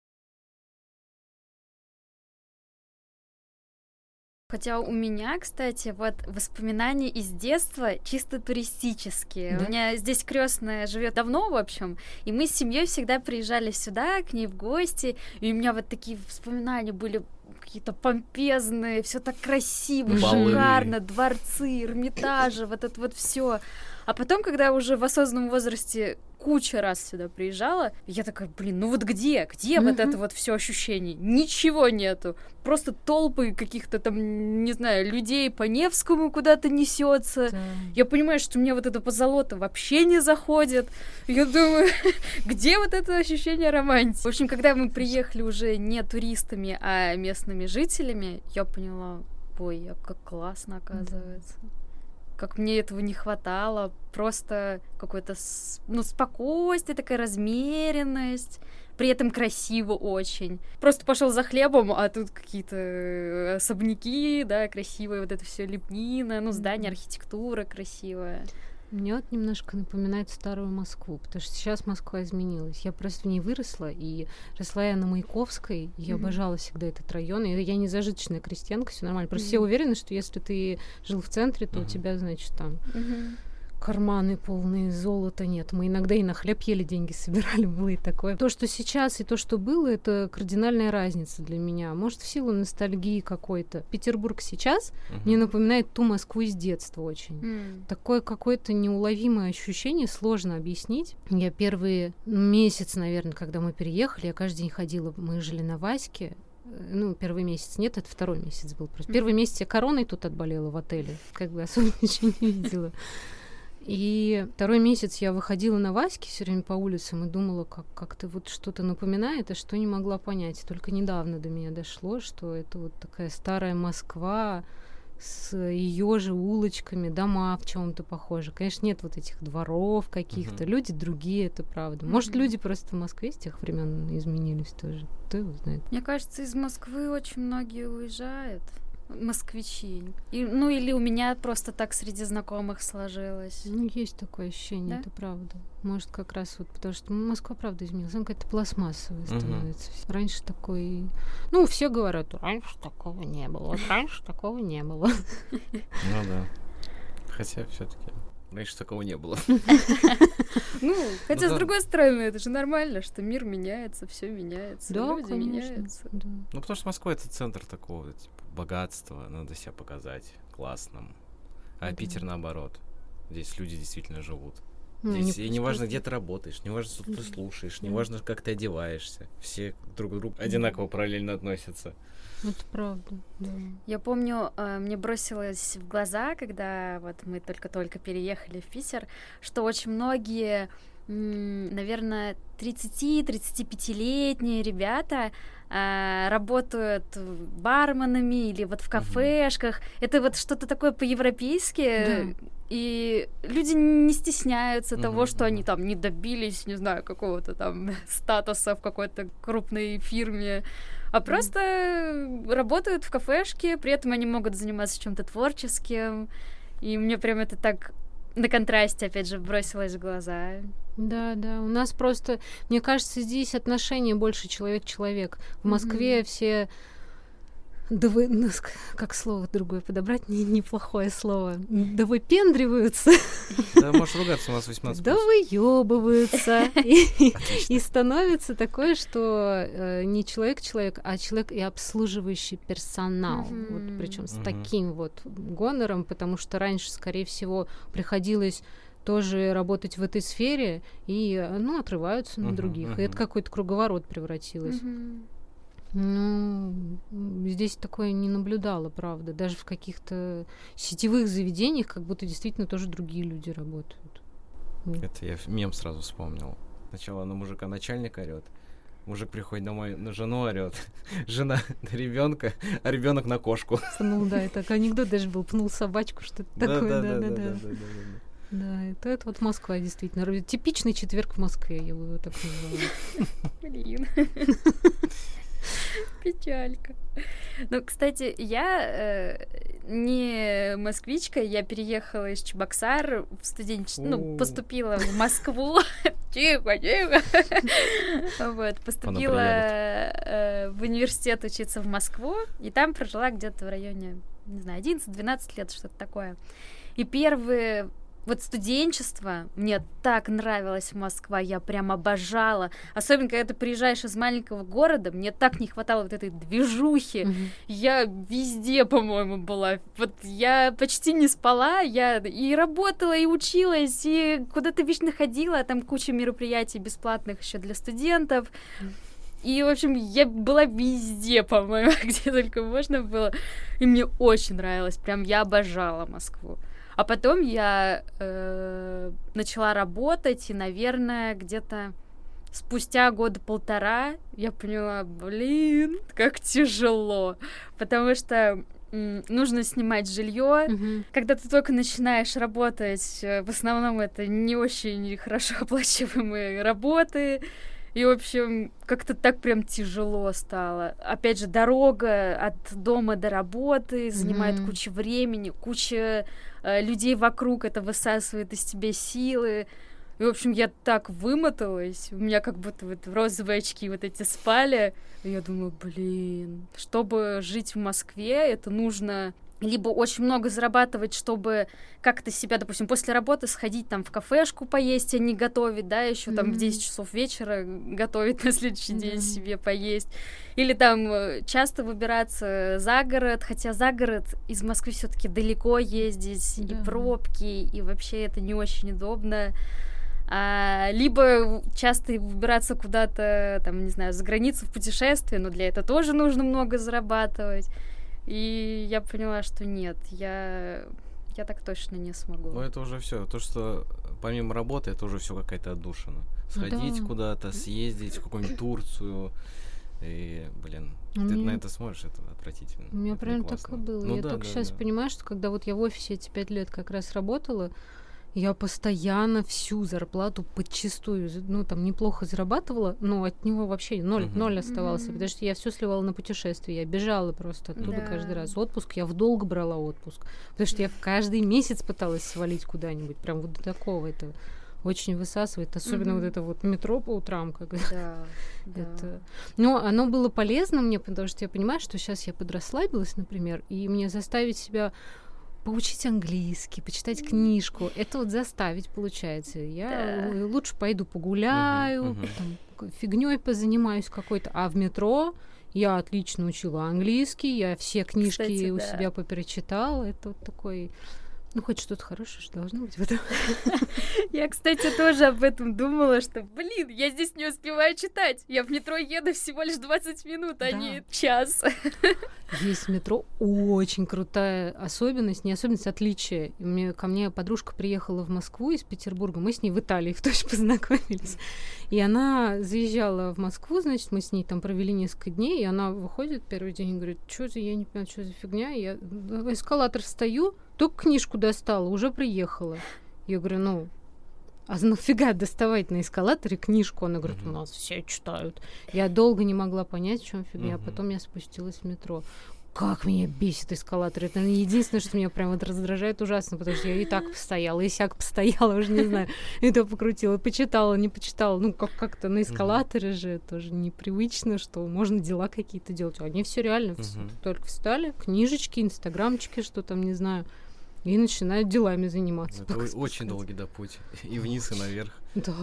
Хотя у меня, кстати, вот воспоминания из детства чисто туристические. Да? У меня здесь крестная живет давно, в общем, и мы с семьей всегда приезжали сюда, к ней в гости, и у меня вот такие воспоминания были какие-то помпезные, все так красиво, Балы. Шикарно, дворцы, Эрмитажи, вот это вот все. А потом, когда уже в осознанном возрасте куча раз сюда приезжала, я такая: блин, ну вот где? Где mm-hmm. вот это вот все ощущение? Ничего нету. Просто толпы каких-то там, не знаю, людей по Невскому куда-то несется. Да. Я понимаю, что у меня вот это позолота вообще не заходит. Я думаю, где вот это ощущение романтики? В общем, когда мы приехали уже не туристами, а местными жителями, я поняла: ой, а как классно, оказывается. Mm-hmm. Как мне этого не хватало, просто какое-то, ну, спокойствие, такая размеренность, при этом красиво очень. Просто пошел за хлебом, а тут какие-то особняки, да, красивые, вот это все лепнина, ну, здание, архитектура красивая. Мне вот немножко напоминает старую Москву, потому что сейчас Москва изменилась. Я просто в ней выросла, и росла я на Маяковской, и я mm-hmm. обожала всегда этот район. И я не зажиточная крестьянка, все нормально. Просто mm-hmm. все уверены, что если ты жил в центре, то mm-hmm. у тебя, значит, там... Mm-hmm. карманы полные золота нет. Мы иногда и на хлеб ели, деньги собирали, было и такое. То, что сейчас, и то, что было, это кардинальная разница для меня. Может, в силу ностальгии какой-то. Петербург сейчас uh-huh. мне напоминает ту Москву из детства очень. Mm. Такое какое-то неуловимое ощущение, сложно объяснить. Я первый месяц, наверное, когда мы переехали, я каждый день ходила, мы жили на Ваське. Ну, первый месяц нет, это второй месяц был просто. Первый месяц я короной тут отболела в отеле. Как бы особо ничего не видела. И второй месяц я выходила на Ваське все время по улицам и думала, как- как-то вот что-то напоминает, а что не могла понять. Только недавно до меня дошло, что это вот такая старая Москва с ее же улочками, дома в чем-то похожи. Конечно, нет вот этих дворов каких-то. Uh-huh. Люди другие, это правда. Может, uh-huh. люди просто в Москве с тех времен изменились тоже. Кто его знает. Мне кажется, из Москвы очень многие уезжают. Москвичи. И, ну, или у меня просто так среди знакомых сложилось. Ну, есть такое ощущение, да? Это правда. Может, как раз вот, потому что Москва, правда, изменилась. Она какая-то пластмассовая становится. Uh-huh. Раньше такой... Ну, все говорят, раньше такого не было. Вот раньше такого не было. Ну, да. Хотя все-таки раньше такого не было. Ну, хотя, с другой стороны, это же нормально, что мир меняется, все меняется, люди меняются. Ну, потому что Москва — это центр такого, типа, богатства, надо себя показать классным. А да. Питер наоборот. Здесь люди действительно живут. Ну, Здесь не и неважно, где ты работаешь, неважно, что ты слушаешь, да. неважно, как ты одеваешься. Все друг к другу одинаково параллельно относятся. Это правда, да. Я помню, э, мне бросилось в глаза, когда вот мы только-только переехали в Питер, что очень многие, м, наверное, тридцати-тридцатипятилетние ребята э, работают барменами или вот в кафешках. Mm-hmm. Это вот что-то такое по-европейски. Yeah. И люди не стесняются mm-hmm. того, что они там не добились, не знаю, какого-то там статуса в какой-то крупной фирме, а mm-hmm. просто работают в кафешке, при этом они могут заниматься чем-то творческим. И мне прям это так на контрасте, опять же, бросилось в глаза. Да, да. У нас просто, мне кажется, здесь отношения больше человек-человек. В Москве mm-hmm. все... Да вы, ну, как слово другое подобрать, не, неплохое слово. Да выпендриваются. Да, можешь ругаться, у нас восемнадцать. Да выёбываются. И становится такое, что не человек-человек, а человек и обслуживающий персонал. Вот причем с таким вот гонором, потому что раньше, скорее всего, приходилось тоже работать в этой сфере и, ну, отрываются на других. И это какой-то круговорот превратилось. Ну, здесь такое не наблюдала, правда. Даже в каких-то сетевых заведениях как будто действительно тоже другие люди работают. Это я мем сразу вспомнил. Сначала на мужика начальник орёт, мужик приходит домой, на жену орёт, жена на ребенка, а ребенок на кошку. Ну да, это анекдот даже был, пнул собачку, что-то такое. Да-да-да. Да, это, это вот Москва, действительно. Типичный четверг в Москве, я бы его так назвала. Блин. Печалька. Ну, кстати, я э, не москвичка, я переехала из Чебоксар в студенчество, ну, поступила в Москву. Тихо, тихо. Вот, поступила в университет учиться в Москву, и там прожила где-то в районе, не знаю, одиннадцать-двенадцать лет, что-то такое. И первые... Вот студенчество, мне так нравилась Москва, я прям обожала. Особенно, когда ты приезжаешь из маленького города, мне так не хватало вот этой движухи. Mm-hmm. Я везде, по-моему, была. Вот я почти не спала, я и работала, и училась, и куда-то вечно ходила, там куча мероприятий бесплатных еще для студентов. Mm-hmm. И, в общем, я была везде, по-моему, где только можно было. И мне очень нравилось, прям я обожала Москву. А потом я э, начала работать, и, наверное, где-то спустя года полтора я поняла, блин, как тяжело, потому что м, нужно снимать жилье. Mm-hmm. Когда ты только начинаешь работать, в основном это не очень хорошо оплачиваемые работы. И, в общем, как-то так прям тяжело стало. Опять же, дорога от дома до работы занимает mm-hmm. кучу времени, куча э, людей вокруг, это высасывает из тебя силы. И, в общем, я так вымоталась, у меня как будто вот розовые очки вот эти спали. И я думаю, блин, чтобы жить в Москве, это нужно... либо очень много зарабатывать, чтобы как-то себя, допустим, после работы сходить там в кафешку поесть, а не готовить, да, еще mm-hmm. там в десять часов вечера готовить на следующий mm-hmm. день себе поесть. Или там часто выбираться за город, хотя за город из Москвы все-таки далеко ездить, mm-hmm. и пробки, и вообще это не очень удобно. А, либо часто выбираться куда-то, там, не знаю, за границу в путешествие, но для этого тоже нужно много зарабатывать. И я поняла, что нет, я, я так точно не смогу. Ну, это уже все. То, что помимо работы, это уже все какая-то отдушина. Сходить да. куда-то, съездить в какую-нибудь Турцию. И, блин, у ты меня... на это смотришь, это отвратительно. У меня это прям так и было. Ну, я да, только да, сейчас да. понимаю, что когда вот я в офисе эти пять лет как раз работала, я постоянно всю зарплату подчистую, ну, там, неплохо зарабатывала, но от него вообще ноль, uh-huh. ноль оставался, uh-huh. потому что я все сливала на путешествия, я бежала просто оттуда да. каждый раз. Отпуск, я в долг брала отпуск, потому что я в каждый месяц пыталась свалить куда-нибудь, прям вот до такого это очень высасывает, особенно uh-huh. вот это вот метро по утрам, когда да, это... Да. Но оно было полезно мне, потому что я понимаю, что сейчас я подрасслабилась, например, и мне заставить себя поучить английский, почитать книжку. Это вот заставить, получается. Я да. лучше пойду погуляю, uh-huh, uh-huh. фигнёй позанимаюсь какой-то. А в метро я отлично учила английский, я все книжки Кстати, у да. себя поперечитала. Это вот такой Ну, хоть что-то хорошее же должно быть в этом. Я, кстати, тоже об этом думала, что, блин, я здесь не успеваю читать. Я в метро еду всего лишь двадцать минут, а не час. Есть в метро очень крутая особенность, не особенность, отличие. Мне, ко мне подружка приехала в Москву из Петербурга, мы с ней в Италии в точно познакомились. И она заезжала в Москву, значит, мы с ней там провели несколько дней, и она выходит первый день и говорит, что за, я не понимаю, что за фигня. И я в эскалатор встаю, только книжку достала, уже приехала. Я говорю, ну, а нафига доставать на эскалаторе книжку? Она говорит, у нас все читают. Я долго не могла понять, в чем фигня, а потом я спустилась в метро. Как меня бесит эскалатор. Это единственное, что меня прям вот раздражает ужасно, потому что я и так постояла, и сяк постояла, уже не знаю, и то покрутила, почитала, не почитала. Ну, как- как-то на эскалаторе же тоже непривычно, что можно дела какие-то делать. Они все реально вс- только встали, книжечки, инстаграмчики, что там, не знаю, и начинают делами заниматься. Это о- очень долгий, да, путь. И вниз, и наверх. Да.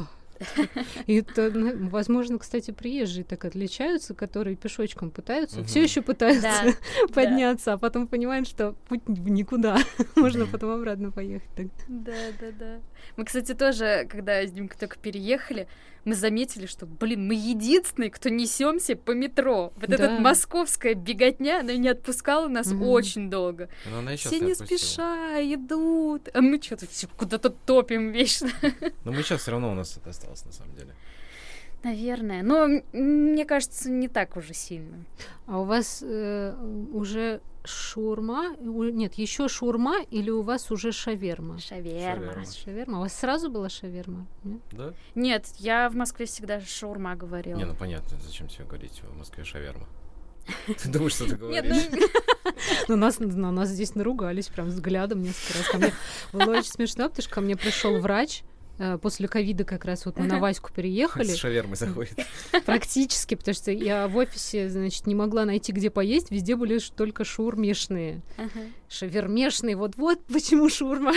И это, ну, возможно, кстати, приезжие так отличаются, которые пешочком пытаются, Мгм. все еще пытаются Да, подняться, а потом понимают, что путь в никуда. Можно потом обратно поехать. Так. Да, да, да. Мы, кстати, тоже, когда с Димкой только переехали, мы заметили, что, блин, мы единственные, кто несемся по метро. Вот Да. эта московская беготня, она не отпускала нас Мгм. очень долго. Но она и щас Все не отпустила. спеша идут, а мы что-то все куда-то топим вечно. Но мы сейчас все равно у нас это осталось, на самом деле. Наверное. Но м, мне кажется, не так уже сильно. А у вас э, уже шаурма? У- Нет, еще шаурма или у вас уже шаверма? Шаверма. Шаверма. Шаверма. У вас сразу была шаверма? Нет? Да? Нет, я в Москве всегда шаурма говорила. Не, ну понятно, зачем тебе говорить в Москве шаверма. Ты думаешь, что ты Нет, говоришь? ну, Ну, нас, на нас здесь наругались прям взглядом несколько раз. Ко мне было очень смешно, потому что ко мне пришел врач. э, После ковида как раз вот мы на Ваську переехали. С шавермой заходит. Практически, потому что я в офисе, значит, не могла найти, где поесть. Везде были ш- только шаурмешные. ага. Шавермешные, вот-вот почему шаурма.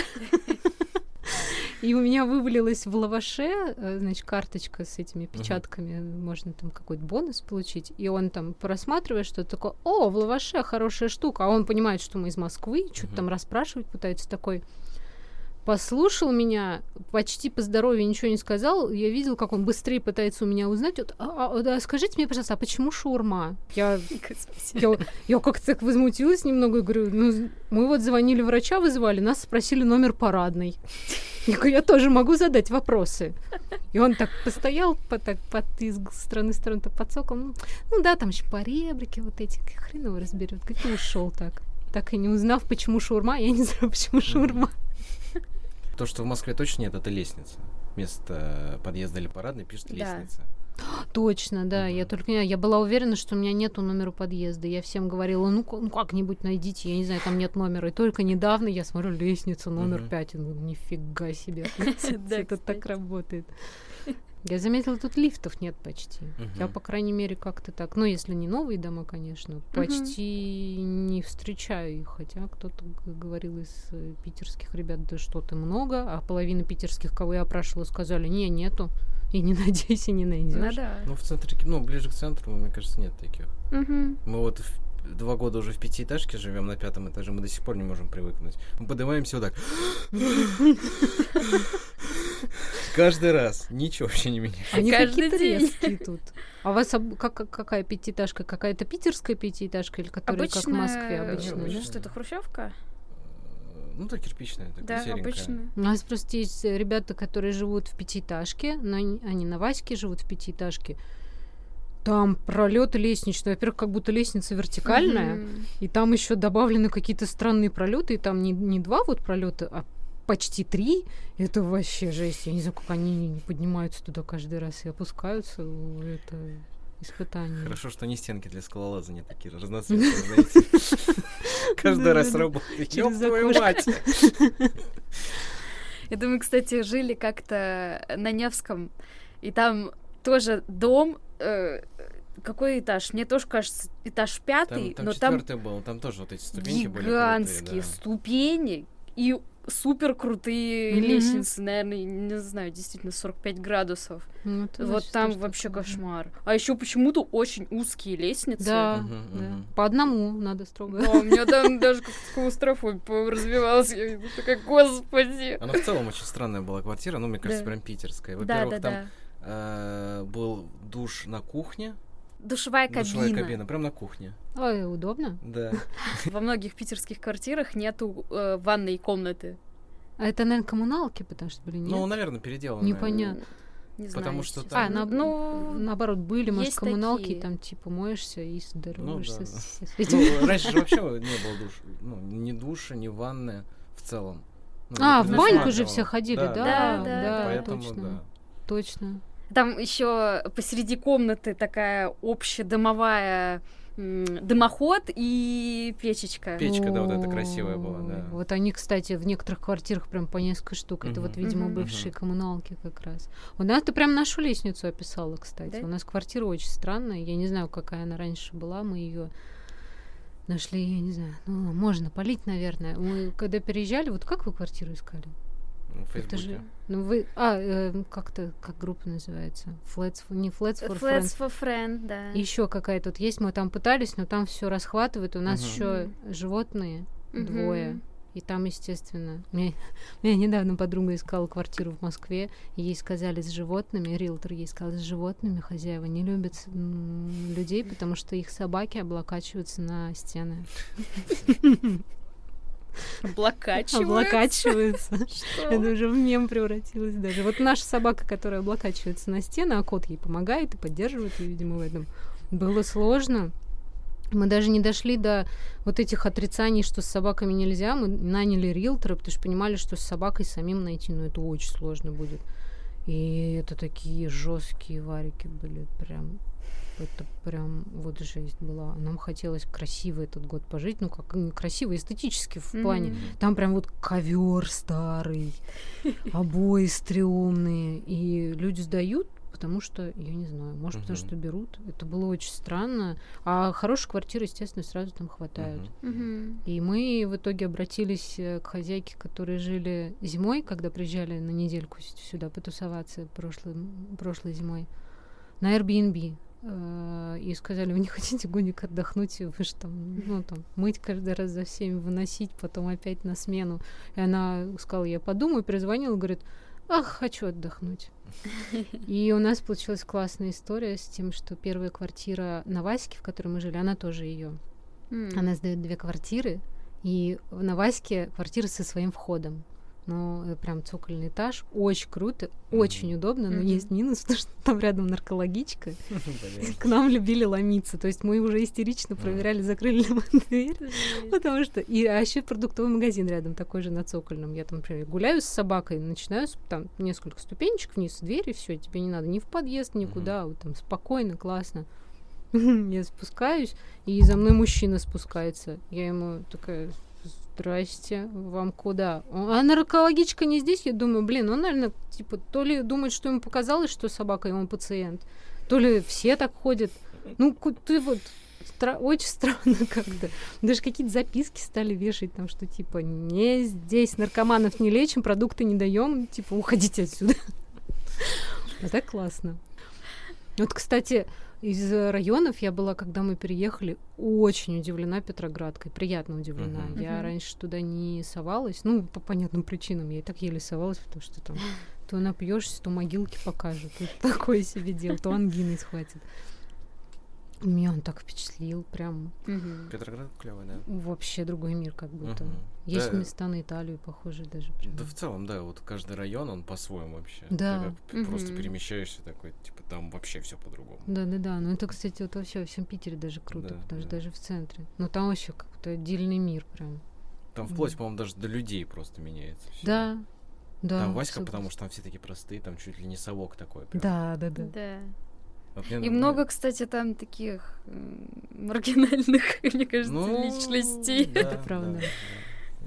И у меня вывалилась в лаваше, э, значит, карточка с этими печатками, можно там какой-то бонус получить. И он там, просматривает что-то, такое, о, в лаваше хорошая штука. А он понимает, что мы из Москвы, что-то Мгм. там расспрашивать пытается, такой... Послушал меня, почти по здоровью ничего не сказал. Я видел, как он быстрее пытается у меня узнать. Вот, а, а, да, скажите мне, пожалуйста, а почему шаурма? Я, я, я как-то так возмутилась немного и говорю, ну, мы вот звонили врача, вызывали, нас спросили номер парадной. Я говорю, я тоже могу задать вопросы. И он так постоял, по, так, под, из стороны в сторону так подсокал. Ну, ну да, там еще поребрики вот эти, хрен его разберет. Как и ушел так. Так и не узнав, почему шаурма, я не знаю, почему шаурма. То, что в Москве точно нет, это лестница. Вместо подъезда или парадной пишет Да. лестница. Точно, да. Я Мгм. только не- я была уверена, что у меня нету номера подъезда. Я всем говорила, ну, ка- ну как-нибудь найдите, я не знаю, там нет номера. И только недавно я смотрю лестница номер Мгм. пять. Ну, нифига себе. Да, Это так кстати. работает. Я заметила, тут лифтов нет почти. Я, Мгм. по крайней мере, как-то так. Ну, если не новые дома, конечно, почти не встречаю их. Хотя кто-то г- говорил из э, питерских ребят, да что-то много, а половина питерских, кого я опрашивала, сказали, не, нету. И не надейся, не Ну найдешь. да. Ну, в центре, Ки- ну, ближе к центру, мне кажется, нет таких. Мгм. Мы вот в- два года уже в пятиэтажке живем на пятом этаже, мы до сих пор не можем привыкнуть. Мы поднимаемся вот так. Каждый раз. Ничего вообще не меняется. Они Каждый какие-то день. резкие тут. А у вас об- как, как- какая пятиэтажка? Какая-то питерская пятиэтажка или которая как в Москве Обычная, обычно? обычная. да? Что это, хрущевка? Ну, да, кирпичная, такая Да, серенькая. обычная. У нас просто есть э, ребята, которые живут в пятиэтажке, но они, они на Ваське живут в пятиэтажке. Там пролеты лестничные. Во-первых, как будто лестница вертикальная, Мгм. и там еще добавлены какие-то странные пролеты, и там не, не два вот пролета, а почти три. Это вообще жесть. Я не знаю, как они не поднимаются туда каждый раз и опускаются. О, Это испытание. Хорошо, что не стенки для скалолаза не такие разноцветные, знаете. Каждый раз Да-да-да. работает. Через Ёб твою окошко. мать! Я думаю, кстати, жили как-то на Невском, и там тоже дом, э, какой этаж? Мне тоже кажется, этаж пятый, Там, там но там четвертый был, там тоже вот эти ступеньки были крутые, гигантские да. ступени, и супер крутые mm-hmm. лестницы, наверное, не знаю, действительно сорок пять градусов. Ну, вот там вообще такое, кошмар. Да. А еще почему-то очень узкие лестницы. Да, mm-hmm, да. Mm-hmm. По одному надо строго. Да, у меня там даже как-то клаустрофобия развивалась. Я такая, господи. Она в целом очень странная была квартира, ну, мне кажется, прям питерская. Во-первых, там был душ на кухне. Душевая кабина. Душевая кабина, прям на кухне. Ой, удобно. Да. Во многих питерских квартирах нету э, ванной комнаты. А это, наверное, коммуналки, потому что были, нет? Ну, наверное, переделано. Непонятно. Не знаю. Потому что там... А, на... ну, наоборот, были, может, коммуналки, такие. Там, типа, моешься и здороваешься ну, да, с, да. с этим. Ну, раньше же вообще не было душ. Ну, ни душа, ни ванны в целом. Ну, а, в баньку же все ходили, да? Да, да, да, да поэтому, точно. Да. Точно. Там еще посреди комнаты такая общедомовая м- дымоход и печечка. Печка, да, вот эта красивая была, да. Вот они, кстати, в некоторых квартирах прям по несколько штук. Это uh-huh. вот, видимо, uh-huh. бывшие uh-huh. коммуналки как раз. У нас ты прям нашу лестницу описала, кстати. Да? У нас квартира очень странная. Я не знаю, какая она раньше была. Мы ее нашли, я не знаю. Ну, можно полить, наверное. Мы когда переезжали, вот как вы квартиру искали? В Фейсбуке. Же, ну вы, а, э, как-то, как группа называется? Flats, не Flats for Flats Friends. for Friend, да. Еще какая-то тут есть, мы там пытались, но там все расхватывает. У нас uh-huh. еще животные uh-huh. двое. И там, естественно, мне, меня недавно подруга искала квартиру в Москве, и ей сказали с животными, риэлтор ей сказал, с животными хозяева не любят м- людей, потому что их собаки облокачиваются на стены. Облокачиваются? Облокачиваются. Это уже в мем превратилось даже. Вот наша собака, которая облокачивается на стены, а кот ей помогает и поддерживает ее, видимо, в этом. Было сложно. Мы даже не дошли до вот этих отрицаний, что с собаками нельзя. Мы наняли риэлтора, потому что понимали, что с собакой самим найти, ну, это очень сложно будет. И это такие жесткие варики были, прям... Это прям вот жесть была. Нам хотелось красиво этот год пожить, ну как не красиво, эстетически в mm-hmm. плане. Там прям вот ковер старый, обои стрёмные, и люди сдают, потому что, я не знаю, может, mm-hmm. потому что берут. Это было очень странно. А хорошие квартиры, естественно, сразу там хватают. Mm-hmm. И мы в итоге обратились к хозяйке, которые жили зимой, когда приезжали на недельку сюда потусоваться прошлой, прошлой зимой, на Airbnb. И сказали, вы не хотите годик отдохнуть, вы же там, ну, там, мыть каждый раз за всеми, выносить, потом опять на смену. И она сказала, я подумаю, перезвонила, говорит, ах, хочу отдохнуть. И у нас получилась классная история с тем, что первая квартира на Ваське, в которой мы жили, она тоже ее. Mm. Она сдает две квартиры, и на Ваське квартира со своим входом. Ну, прям цокольный этаж. Очень круто, mm-hmm. очень удобно, но mm-hmm. есть минус, потому что там рядом наркологичка. К нам любили ломиться. То есть мы уже истерично проверяли, закрыли ли мы дверь. Потому что... И, а еще продуктовый магазин рядом, такой же на цокольном. Я там, например, гуляю с собакой, начинаю там несколько ступенечек вниз, дверь, и все, тебе не надо ни в подъезд, никуда. Вот там спокойно, классно. Я спускаюсь, и за мной мужчина спускается. Я ему такая... Здрасте, вам куда? А наркологичка не здесь? Я думаю, блин, он, наверное, типа, то ли думает, что ему показалось, что собака ему пациент, то ли все так ходят. Ну, ты вот стра- очень странно как-то. Даже какие-то записки стали вешать, там, что типа, не здесь, наркоманов не лечим, продукты не даем, типа, уходите отсюда. А так классно. Вот, кстати, из районов я была, когда мы переехали, очень удивлена Петроградкой, приятно удивлена. Uh-huh. Я uh-huh. раньше туда не совалась, ну, по понятным причинам, я и так еле совалась, потому что там то напьешься, то могилки покажут, то такое себе дело, то ангиной схватит. Меня он так впечатлил, прям. Uh-huh. Петроград клёвый, да? Вообще другой мир как будто. Uh-huh. Есть да. места на Италию похожие даже. Прям. Да в целом, да, вот каждый район, он по-своему вообще. Да. Ты uh-huh. просто перемещаешься такой, типа, там вообще все по-другому. Да-да-да, ну это, кстати, вот вообще во всем Питере даже круто, да, потому что да. даже в центре. Ну там вообще как-то отдельный мир прям. Там вплоть, mm. по-моему, даже до людей просто меняется всё. Да, да. Там Васька, согласна. Потому что там все такие простые, там чуть ли не совок такой. Прям. Да, да, да. Да. Вот и много, кстати, там таких м- маргинальных, мне кажется, ну, личностей. Да, это правда. Да, да,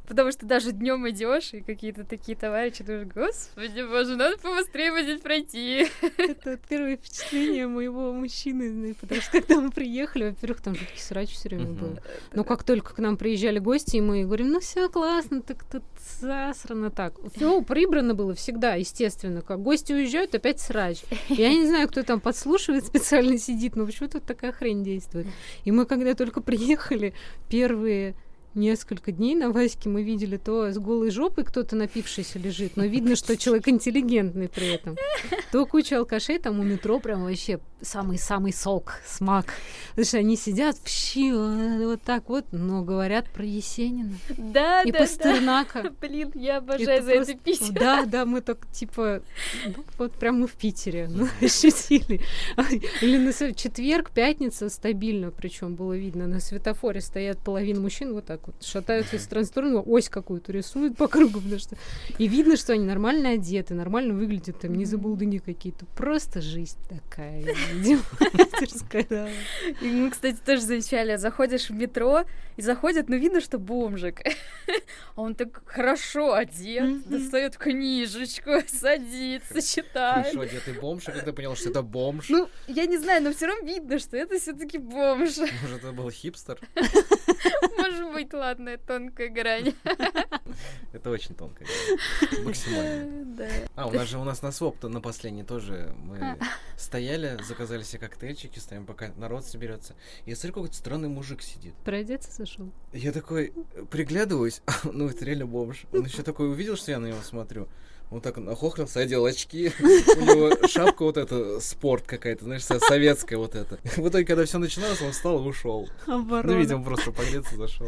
Потому что даже днем идешь и какие-то такие товарищи, думаешь, господи, боже, надо побыстрее бы здесь пройти. Это вот первое впечатление моего мужчины, потому что когда мы приехали, во-первых, там жуткий срач все время был. Но как только к нам приезжали гости, и мы говорим, ну все классно, так тут засрано так. Все прибрано было всегда, естественно. Как гости уезжают, опять срач. Я не знаю, кто там подслушивает, специально сидит, но почему-то такая хрень действует. И мы, когда только приехали, первые несколько дней на Ваське мы видели то с голой жопой кто-то напившийся лежит, но видно, что человек интеллигентный при этом. То куча алкашей там у метро прям вообще самый-самый сок, смак. Потому что они сидят вообще вот так вот, но говорят про Есенина. Да, и да, Пастернака. Да. Блин, я обожаю это за просто... это пить. Да, да, мы так типа, ну, вот прям мы в Питере, ну, ощутили. Или на четверг, пятница стабильно, причем было видно, на светофоре стоят половина мужчин вот так вот, шатаются из стороны в сторону, ось какую-то рисуют по кругу, потому что... И видно, что они нормально одеты, нормально выглядят, там не забулдыни какие-то. Просто жизнь такая. Демонстерская. И мы, кстати, тоже замечали, заходишь в метро, и заходят, ну, видно, что бомжик. А он так хорошо одет, достает книжечку, садится, читает. Хорошо одетый бомж, а когда понял, что это бомж? Ну, я не знаю, но все равно видно, что это все-таки бомж. Может, это был хипстер? Может быть, ладно, тонкая грань. Это очень тонкая грань. Максимально. Да. А, у нас же у нас на своп-то на последний тоже мы стояли, заказали себе коктейльчики, стоим, пока народ соберется. И я смотрю, какой-то странный мужик сидит. Проодеться зашел. Я такой приглядываюсь, ну это реально бомж. Он еще такой увидел, что я на него смотрю. Он так нахохлился, одел очки, у него шапка вот эта, спорт какая-то, знаешь, советская вот эта. В итоге, когда все начиналось, он встал и ушел. Ну, видимо, просто погреться зашел.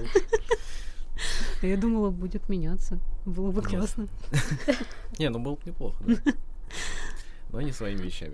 Я думала, будет меняться. Было бы классно. Не, ну было бы неплохо, да. Но не своими вещами.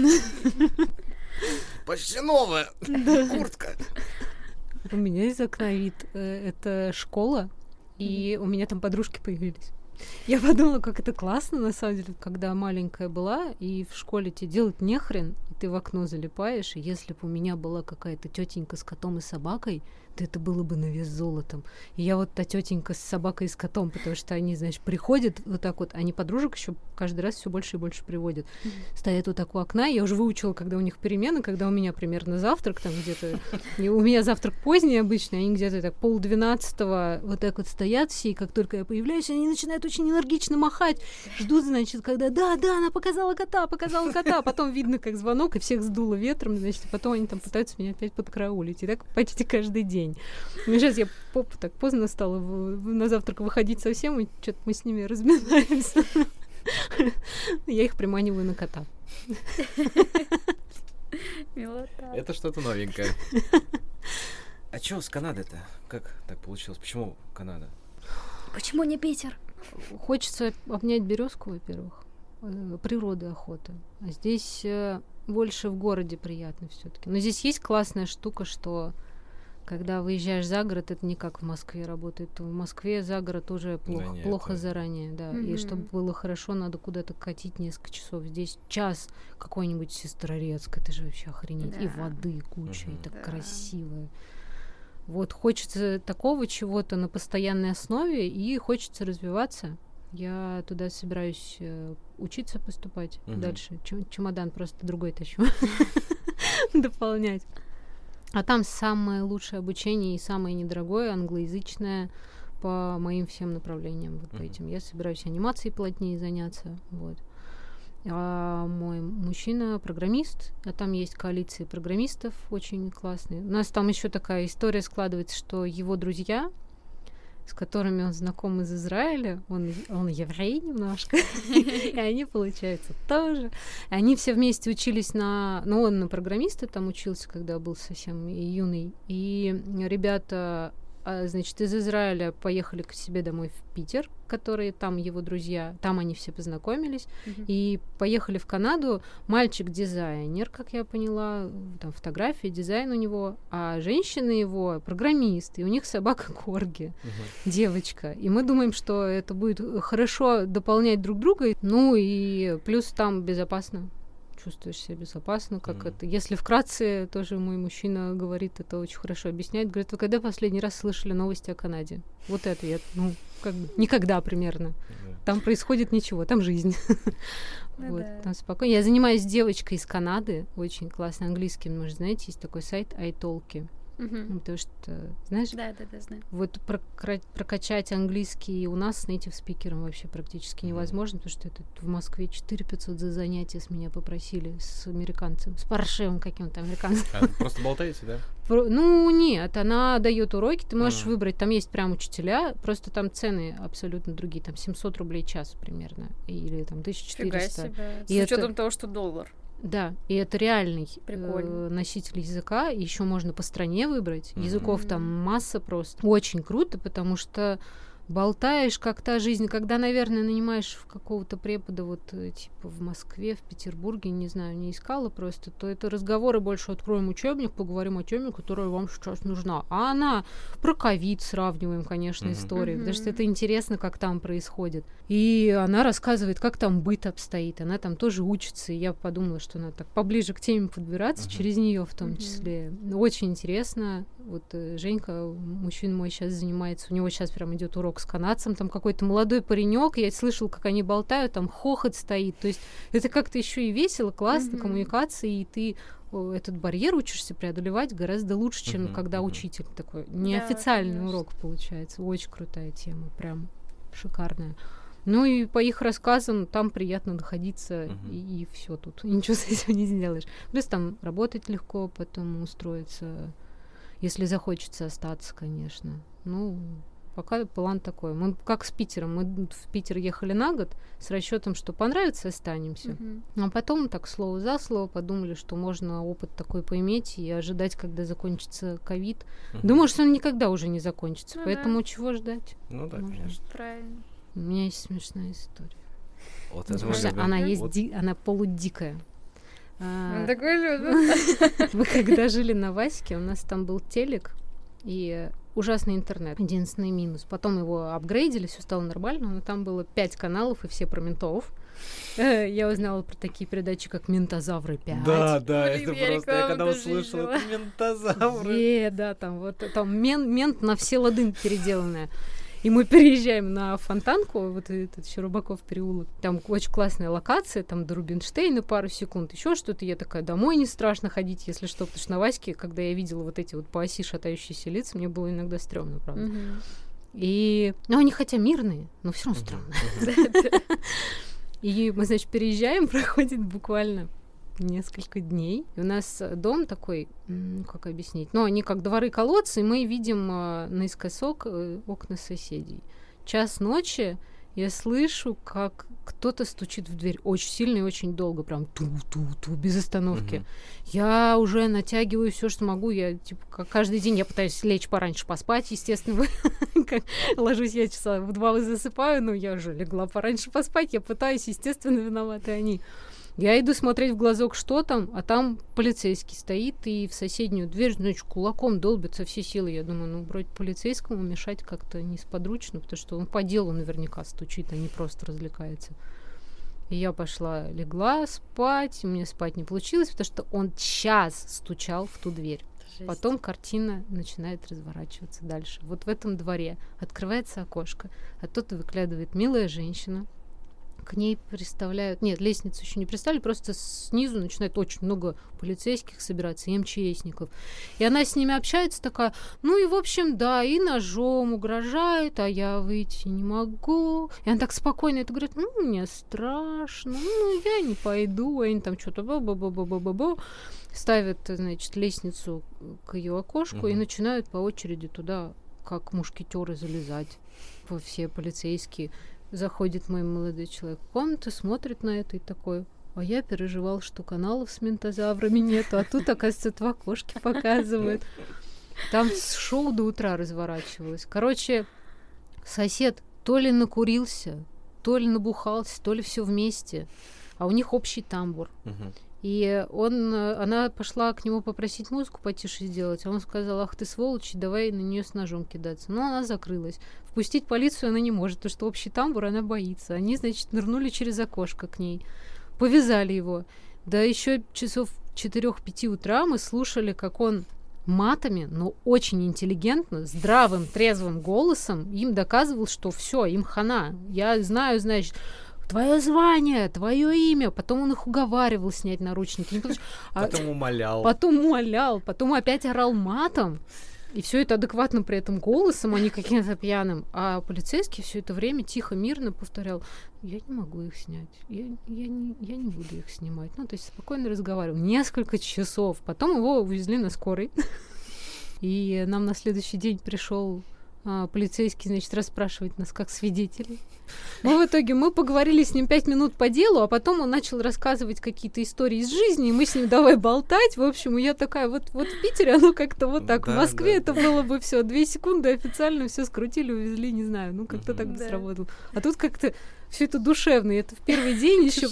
Почти новая куртка. У меня из окна вид. Это школа, и у меня там подружки появились. Я подумала, как это классно, на самом деле, когда маленькая была, и в школе тебе делать нехрен, и ты в окно залипаешь, и если бы у меня была какая-то тетенька с котом и собакой, то это было бы на вес золотом. И я вот та тетенька с собакой и с котом, потому что они, значит, приходят вот так вот, они подружек еще каждый раз все больше и больше приводят. Mm-hmm. Стоят вот так у окна, я уже выучила, когда у них перемены, когда у меня примерно завтрак, там где-то, у меня завтрак поздний обычно, они где-то так полдвенадцатого вот так вот стоят все, и как только я появляюсь, они начинают очень энергично махать, ждут, значит, когда да-да, она показала кота, показала кота, потом видно, как звонок, и всех сдуло ветром, значит, и потом они там пытаются меня опять подкараулить, и так почти каждый день. Ну, сейчас я поп так поздно стала в, в, на завтрак выходить совсем, и что-то мы с ними разминаемся. Я их приманиваю на кота. Милота. Это что-то новенькое. А чё с Канадой-то? Как так получилось? Почему Канада? Почему не Питер? Хочется обнять березку, во-первых. Природа, охота. А здесь больше в городе приятно все-таки. Но здесь есть классная штука, что когда выезжаешь за город, это не как в Москве работает. В Москве за город уже плохо, да нет, плохо это... заранее, да. Mm-hmm. И чтобы было хорошо, надо куда-то катить несколько часов. Здесь час какой-нибудь Сестрорецк, это же вообще охренеть. Да. И воды куча, mm-hmm. и так да. красиво. Вот хочется такого чего-то на постоянной основе, и хочется развиваться. Я туда собираюсь э, учиться поступать mm-hmm. дальше. Чем- чемодан просто другой тащу. Дополнять. А там самое лучшее обучение и самое недорогое, англоязычное, по моим всем направлениям, вот mm-hmm. по этим. Я собираюсь анимацией плотнее заняться, вот. А мой мужчина программист, а там есть коалиции программистов очень классные. У нас там еще такая история складывается, что его друзья, с которыми он знаком из Израиля, он, он еврей немножко, и они, получается, тоже. Они все вместе учились на... Ну, он на программиста там учился, когда был совсем юный. И ребята, значит, из Израиля поехали к себе домой в Питер, которые там его друзья, там они все познакомились, mm-hmm. и поехали в Канаду. Мальчик дизайнер, как я поняла, там фотография, дизайн у него, а женщина его программист, и у них собака Корги, mm-hmm. девочка. И мы думаем, что это будет хорошо дополнять друг друга, ну и плюс там безопасно. чувствуешь себя безопасно, как Mm. это. Если вкратце, тоже мой мужчина говорит, это очень хорошо объясняет. Говорит, вы когда последний раз слышали новости о Канаде? Вот и ответ. Ну, как бы никогда примерно. Yeah. Там происходит ничего, там жизнь. Ну Вот, да. там спокойно. Я занимаюсь с девочкой из Канады, очень классный английский, может, знаете, есть такой сайт iTalki. Мгм. Потому что, знаешь, Да, да, да, знаю. вот прокра- прокачать английский у нас с нейтив спикером вообще практически Мгм. невозможно, потому что это в Москве четыре тысячи пятьсот за занятие с меня попросили, с американцем, с паршивым каким-то американцем. А, просто болтаете, да? Про- Ну, нет, она дает уроки, ты можешь Мгм. выбрать, там есть прям учителя, просто там цены абсолютно другие, там семьсот рублей час примерно, или там тысяча Фига четыреста. себе. С И это- учетом того, что доллар. Да, и это реальный Прикольно. э, носитель языка, еще можно по стране выбрать, Мгм. языков там масса просто. Очень круто, потому что болтаешь, как та жизнь, когда, наверное, нанимаешь в какого-то препода вот э, типа в Москве, в Петербурге, не знаю, не искала просто, то это разговоры больше откроем учебник, поговорим о теме, которая вам сейчас нужна. А она про ковид сравниваем, конечно, Мгм. истории, потому что Мгм. это интересно, как там происходит. И она рассказывает, как там быт обстоит. Она там тоже учится, и я подумала, что надо так поближе к теме подбираться, Мгм. через нее в том Мгм. числе. Очень интересно. Вот э, Женька, мужчина мой, сейчас занимается, у него сейчас прям идет урок с канадцем, там какой-то молодой паренек, я слышала, как они болтают, там хохот стоит. То есть это как-то еще и весело, классно, Мгм. коммуникации, и ты о, этот барьер учишься преодолевать гораздо лучше, чем Мгм, когда мгм. учитель такой. Неофициальный конечно. урок получается. Очень крутая тема, прям шикарная. Ну и по их рассказам там приятно находиться, Мгм. и, все тут. И ничего с этим не сделаешь. Плюс там работать легко, потом устроиться, если захочется остаться, конечно. Ну, пока план такой. Мы как с Питером. Мы в Питер ехали на год с расчетом, что понравится, останемся. Мгм. А потом так слово за слово подумали, что можно опыт такой поиметь и ожидать, когда закончится ковид. Мгм. Думаю, что он никогда уже не закончится, Ну поэтому чего ждать? Ну да, можно. конечно. Правильно. У меня есть смешная история. Вот Потому это мы что любим. она есть, Вот. ди- она полудикая. А, Он такой любит. Мы когда жили на Ваське, у нас там был телек и ужасный интернет. Единственный минус. Потом его апгрейдили, все стало нормально, но там было пять каналов, и все про ментов. Э, Я узнала про такие передачи, как «Ментозавры пять». Да, да, Блин, это я просто, я рекламу когда даже услышал, видела. это ментозавры. Е, да, там вот там мен- мент на все лады переделанная. И мы переезжаем на Фонтанку, вот этот еще Рыбаков переулок. Там очень классная локация, там до Рубинштейна пару секунд, еще что-то. Я такая, домой не страшно ходить, если что. Потому что на Ваське, когда я видела вот эти вот по оси шатающиеся лица, мне было иногда стрёмно, правда. Мгм. И, ну, они хотя мирные, но все равно стрёмно. И мы, значит, переезжаем, проходит буквально несколько дней. И у нас э, дом такой, м, как объяснить, ну, они как дворы-колодцы, и мы видим э, наискосок э, окна соседей. Час ночи я слышу, как кто-то стучит в дверь очень сильно и очень долго, прям ту-ту-ту, без остановки. Мгм. Я уже натягиваю все, что могу. Я, типа, как каждый день я пытаюсь лечь пораньше поспать, естественно. Как ложусь я часа в два засыпаю, но я уже легла пораньше поспать. Я пытаюсь, естественно, виноваты они. Я иду смотреть в глазок, что там, а там полицейский стоит и в соседнюю дверь, значит, кулаком долбит со всей силы. Я думаю, ну, вроде полицейскому мешать как-то несподручно, потому что он по делу наверняка стучит, а не просто развлекается. И я пошла, легла спать, у меня спать не получилось, потому что он час стучал в ту дверь. Жесть. Потом картина начинает разворачиваться дальше. Вот в этом дворе открывается окошко, оттуда выглядывает милая женщина. К ней приставляют... Нет, лестницу еще не приставили, просто снизу начинает очень много полицейских собираться, и МЧСников. И она с ними общается такая, ну и, в общем, да, и ножом угрожает, а я выйти не могу. И она так спокойно это говорит, ну, мне страшно, ну, я не пойду. И они там что-то ба-ба-ба-ба-ба-ба ставят, значит, лестницу к ее окошку Мгм. и начинают по очереди туда, как мушкетеры, залезать. Во все полицейские. Заходит мой молодой человек в комнату, смотрит на это и такой, а я переживал, что каналов с ментозаврами нету, а тут, оказывается, в окошке показывают. Там шоу до утра разворачивалось. Короче, сосед то ли накурился, то ли набухался, то ли все вместе, а у них общий тамбур. Мгм. И он, э, она пошла к нему попросить музыку потише сделать, а он сказал, ах ты сволочь, давай на нее с ножом кидаться. Но она закрылась. Впустить полицию она не может, потому что общий тамбур она боится. Они, значит, нырнули через окошко к ней, повязали его. до еще часов четырех-пяти утра мы слушали, как он матами, но очень интеллигентно, здравым, трезвым голосом им доказывал, что все, им хана. Я знаю, значит, твое звание, твое имя. Потом он их уговаривал снять наручники. Потом умолял. Потом умолял, потом опять орал матом. И все это адекватно при этом голосом, а не каким-то пьяным. А полицейский все это время тихо, мирно повторял: я не могу их снять, я, я, не, я не буду их снимать. Ну, то есть спокойно разговаривал. Несколько часов. Потом его увезли на скорой. И нам на следующий день пришел а, полицейский, значит, расспрашивать нас как свидетелей. Ну, в итоге мы поговорили с ним пять минут по делу, а потом он начал рассказывать какие-то истории из жизни, и мы с ним давай болтать. В общем, я такая, вот, вот в Питере оно как-то вот так. Да, в Москве да, это да. было бы все две секунды, официально все скрутили, увезли, не знаю, ну как-то так бы да. сработало. А тут как-то все это душевно. И это в первый день еще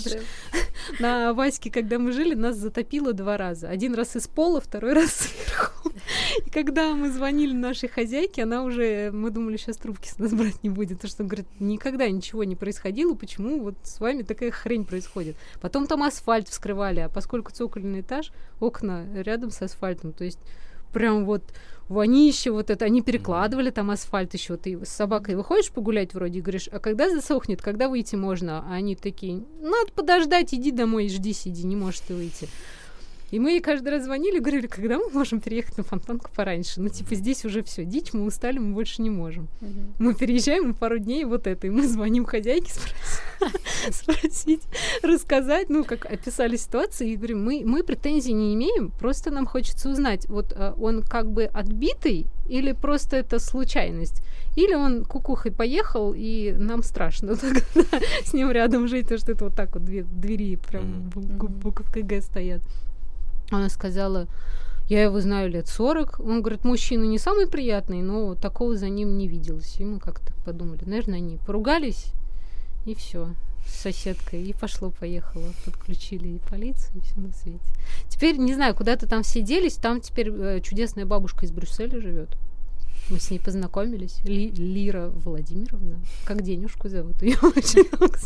на Ваське, когда мы жили, нас затопило два раза. Один раз из пола, второй раз сверху. И когда мы звонили нашей хозяйке, она уже, мы думали, сейчас трубки с нас брать не будет, потому что он говорит, никогда ничего не происходило, почему вот с вами такая хрень происходит. Потом там асфальт вскрывали, а поскольку цокольный этаж, окна рядом с асфальтом, то есть прям вот вонище вот это, они перекладывали там асфальт еще, ты с собакой выходишь погулять вроде и говоришь, а когда засохнет, когда выйти можно? А они такие, надо подождать, иди домой, жди, сиди, не можешь ты выйти. И мы ей каждый раз звонили, говорили, когда мы можем переехать на Фонтанку пораньше? Ну, типа, здесь уже все, дичь, мы устали, мы больше не можем. Uh-huh. Мы переезжаем на пару дней, вот это, и мы звоним хозяйке спросить, спросить, рассказать, ну, как описали ситуацию, и говорим, мы, мы претензий не имеем, просто нам хочется узнать, вот а, он как бы отбитый, или просто это случайность, или он кукухой поехал, и нам страшно тогда с ним рядом жить, потому что это вот так вот две двери прям буковкой Г стоят. Она сказала, я его знаю лет сорок. Он говорит, мужчина не самый приятный, но такого за ним не виделось. И мы как-то подумали, наверное, они поругались, и все с соседкой. И пошло-поехало. Подключили и полицию, и все на свете. Теперь, не знаю, куда-то там все делись. Там теперь э, чудесная бабушка из Брюсселя живет. Мы с ней познакомились. Ли, Лира Владимировна. Как денежку зовут? Ее очень много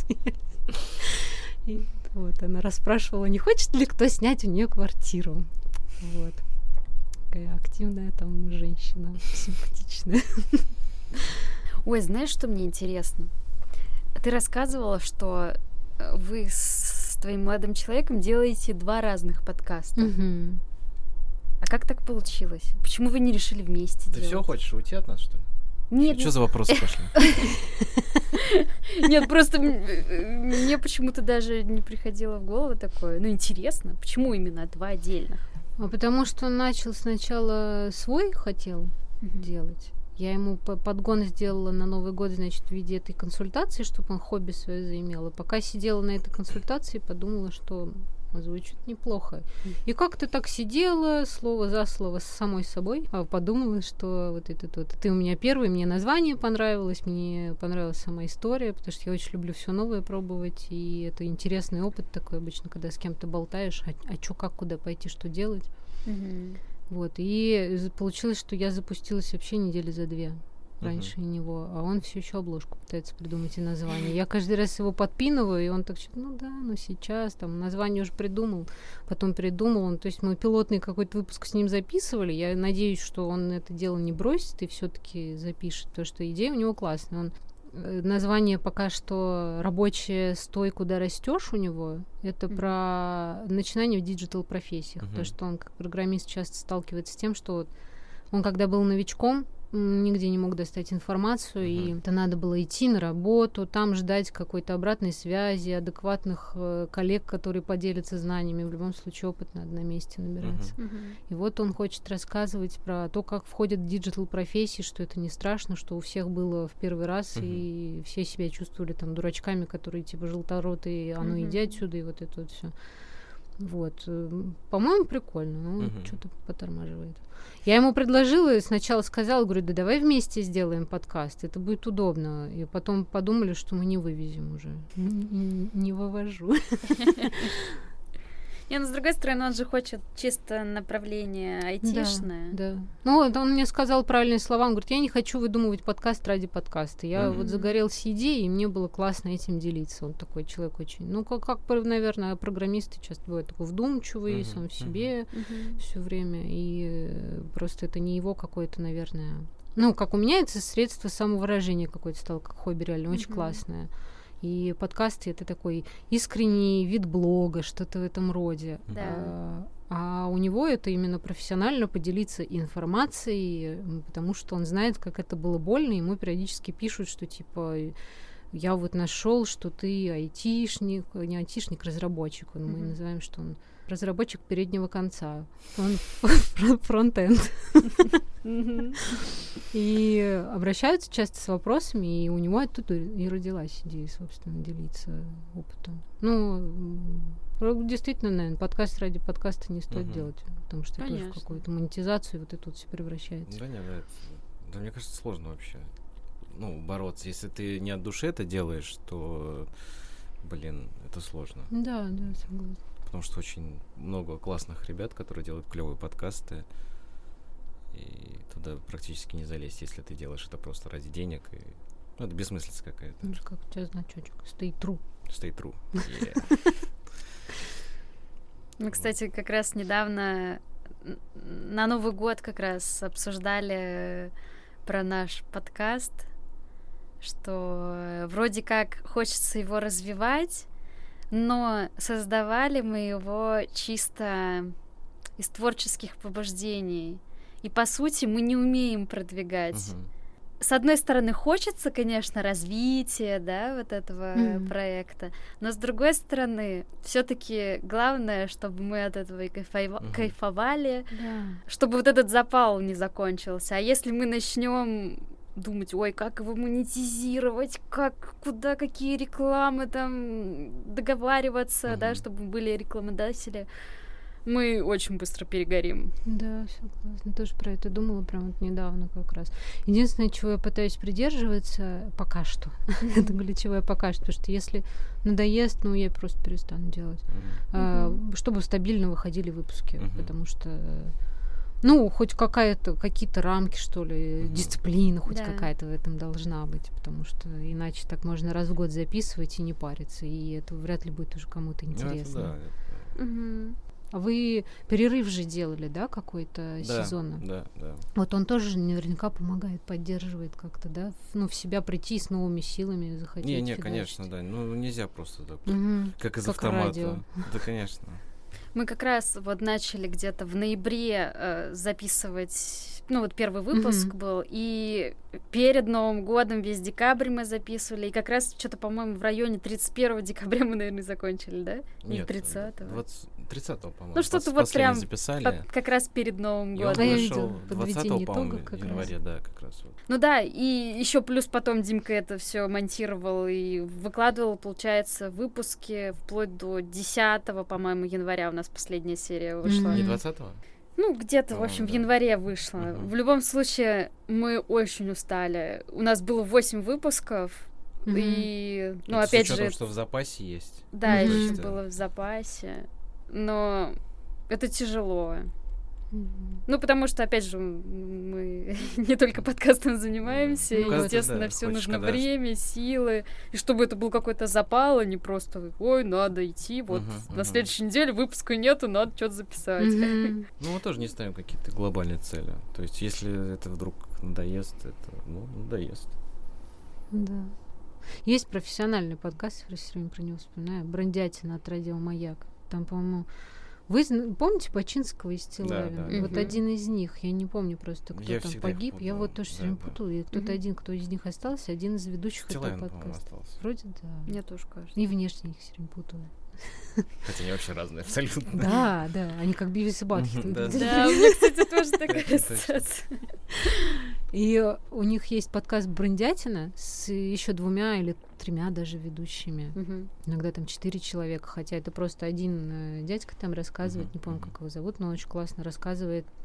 смеялись. Вот, она расспрашивала, не хочет ли кто снять у нее квартиру. Вот. Такая активная там женщина, симпатичная. Ой, знаешь, что мне интересно? Ты рассказывала, что вы с твоим молодым человеком делаете два разных подкаста. Угу. А как так получилось? Почему вы не решили вместе Ты делать? Ты все хочешь уйти от нас, что ли? Нет. Что за вопросы пошли? Нет, просто мне почему-то даже не приходило в голову такое. Ну, интересно, почему именно два отдельных? А потому что он начал сначала свой хотел делать. Я ему подгон сделала на Новый год, значит, в виде этой консультации, чтобы он хобби свое заимел. И пока сидела на этой консультации, подумала, что звучит неплохо. И как-то так сидела, слово за слово с самой собой, а подумала, что вот этот вот, ты у меня первый, мне название понравилось, мне понравилась сама история, потому что я очень люблю все новое пробовать, и это интересный опыт такой обычно, когда с кем-то болтаешь, а, а чё, как, куда пойти, что делать. Mm-hmm. Вот, и получилось, что я запустилась вообще недели за две раньше uh-huh. него, а он все еще обложку пытается придумать и название. Я каждый раз его подпинываю, и он так что-то, ну да, ну сейчас, там, название уже придумал, потом передумал. Он, то есть мы пилотный какой-то выпуск с ним записывали, я надеюсь, что он это дело не бросит и все-таки запишет, потому что идея у него классная. Он название пока что «Рабочая стой, куда растешь» у него. Это mm-hmm. про начинание в диджитал-профессиях. Mm-hmm. То, что он как программист часто сталкивается с тем, что вот он, когда был новичком, нигде не мог достать информацию, uh-huh. и это надо было идти на работу, там ждать какой-то обратной связи, адекватных э, коллег, которые поделятся знаниями. В любом случае опыт надо на месте набираться. Uh-huh. Uh-huh. И вот он хочет рассказывать про то, как входят в диджитал-профессии, что это не страшно, что у всех было в первый раз, uh-huh. и все себя чувствовали там дурачками, которые типа желторотые, а ну uh-huh. иди отсюда, и вот это вот все. Вот. По-моему, прикольно, но uh-huh. что-то потормаживает. Я ему предложила, сначала сказала, говорю, да давай вместе сделаем подкаст, это будет удобно. И потом подумали, что мы не вывезем уже. Не, не вывожу. Не, но с другой стороны, он же хочет чисто направление айтишное. Да, да. Ну, вот он мне сказал правильные слова. Он говорит, я не хочу выдумывать подкаст ради подкаста. Я mm-hmm. вот загорелся идеей, и мне было классно этим делиться. Он такой человек очень... Ну, как, как наверное, программисты часто бывают такой вдумчивый, mm-hmm. сам в себе mm-hmm. все время. И просто это не его какое-то, наверное... Ну, как у меня это средство самовыражения какое-то стало, как хобби реально, очень mm-hmm. классное. И подкасты — это такой искренний вид блога, что-то в этом роде. Да. А, а у него это именно профессионально поделиться информацией, потому что он знает, как это было больно. Ему периодически пишут, что типа я вот нашел, что ты айтишник, не айтишник, разработчик. Он, mm-hmm. Мы называем, что он разработчик переднего конца. Он фронт-энд. И обращаются часто с вопросами, и у него оттуда и родилась идея, собственно, делиться опытом. Ну, действительно, наверное, подкаст ради подкаста не стоит делать, потому что это тоже в какую-то монетизацию вот это вот все превращается. Да нет, да, да, мне кажется, сложно вообще, ну, бороться. Если ты не от души это делаешь, то, блин, это сложно. Да, да, согласна. Потому что очень много классных ребят, которые делают клевые подкасты, и туда практически не залезть, если ты делаешь это просто ради денег. И... Ну, это бессмыслица какая-то. Ну, как у тебя значочек. Stay true. Stay true. Yeah. Мы, кстати, как раз недавно на Новый год как раз обсуждали про наш подкаст, что вроде как хочется его развивать, но создавали мы его чисто из творческих побуждений. И, по сути, мы не умеем продвигать. Uh-huh. С одной стороны, хочется, конечно, развития, да, вот этого uh-huh. проекта, но с другой стороны, все-таки главное, чтобы мы от этого и кайфова- uh-huh. кайфовали, yeah. чтобы вот этот запал не закончился. А если мы начнем думать, ой, как его монетизировать, как, куда, какие рекламы там, договариваться, uh-huh. да, чтобы были рекламодатели, мы очень быстро перегорим. Да, согласна. Тоже про это думала прям вот недавно как раз. Единственное, чего я пытаюсь придерживаться пока что, mm-hmm. это для чего я пока что, потому что если надоест, ну, я просто перестану делать. Mm-hmm. А, чтобы стабильно выходили выпуски, mm-hmm. потому что, ну, хоть какая-то, какие-то рамки, что ли, mm-hmm. дисциплина хоть да. какая-то в этом должна быть, потому что иначе так можно раз в год записывать и не париться, и это вряд ли будет уже кому-то интересно. Ну, это да, это... Mm-hmm. А вы перерыв же делали, да, какой-то да, сезонно? Да, да. Вот он тоже наверняка помогает, поддерживает как-то, да? Ну, в себя прийти с новыми силами, захотеть. Не, не, фигачить. Конечно, да. Ну, нельзя просто так, угу. как из как автомата. радио. Да, конечно. Мы как раз вот начали где-то в ноябре э, записывать, ну вот первый выпуск mm-hmm. был, и перед Новым годом весь декабрь мы записывали, и как раз что-то, по-моему, в районе тридцать первого декабря мы, наверное, закончили, да? Нет, тридцатого. тридцатого, по-моему. Ну что-то вот прям записали. По- как раз перед Новым и годом. он вышел двадцатого, по-моему, в январе, раз. Да, как раз вот. Ну да, и еще плюс потом Димка это все монтировал и выкладывал, получается, выпуски вплоть до десятого, по-моему, января у нас последняя серия вышла. Mm-hmm. Не двадцатого? Ну, где-то, в общем, да. в январе вышло. Uh-huh. В любом случае, мы очень устали. У нас было восемь выпусков, uh-huh. и, ну, это опять с учетом, же... что в запасе есть. Да, uh-huh. еще было в запасе, но это тяжело. Mm-hmm. Ну, потому что, опять же, мы не только подкастом занимаемся, ну, и, естественно, да, все хочешь, нужно когда... время, силы, и чтобы это был какой-то запал, а не просто, ой, надо идти, вот uh-huh, на uh-huh. следующей неделе выпуска нету, надо что-то записать. Mm-hmm. Ну, мы тоже не ставим какие-то глобальные цели. То есть, если это вдруг надоест, это, ну, надоест. Да. Есть профессиональный подкаст, я все время про него вспоминаю, «Брендятина» от радио «Маяк». Там, по-моему, вы помните Бачинского из Стилавина? Да, да. Вот Mm-hmm. один из них, я не помню просто, кто я там погиб. Я вот тоже да, все время да. путала. И кто-то Mm-hmm. один, кто из них остался, один из ведущих Стилавин, этого по-моему, подкаста. остался. Вроде да. Мне тоже кажется. И внешне их все время путала. Хотя они вообще разные, абсолютно. Да, да, они как Бивис и Батхед. Да. Да, у меня, кстати, тоже такая ассоциация. И у них есть подкаст «Брендятина» с еще двумя или тремя даже ведущими. Мгм. Иногда там четыре человека, хотя это просто один э, дядька там рассказывает, Мгм, не помню, мгм. как его зовут, но он очень классно рассказывает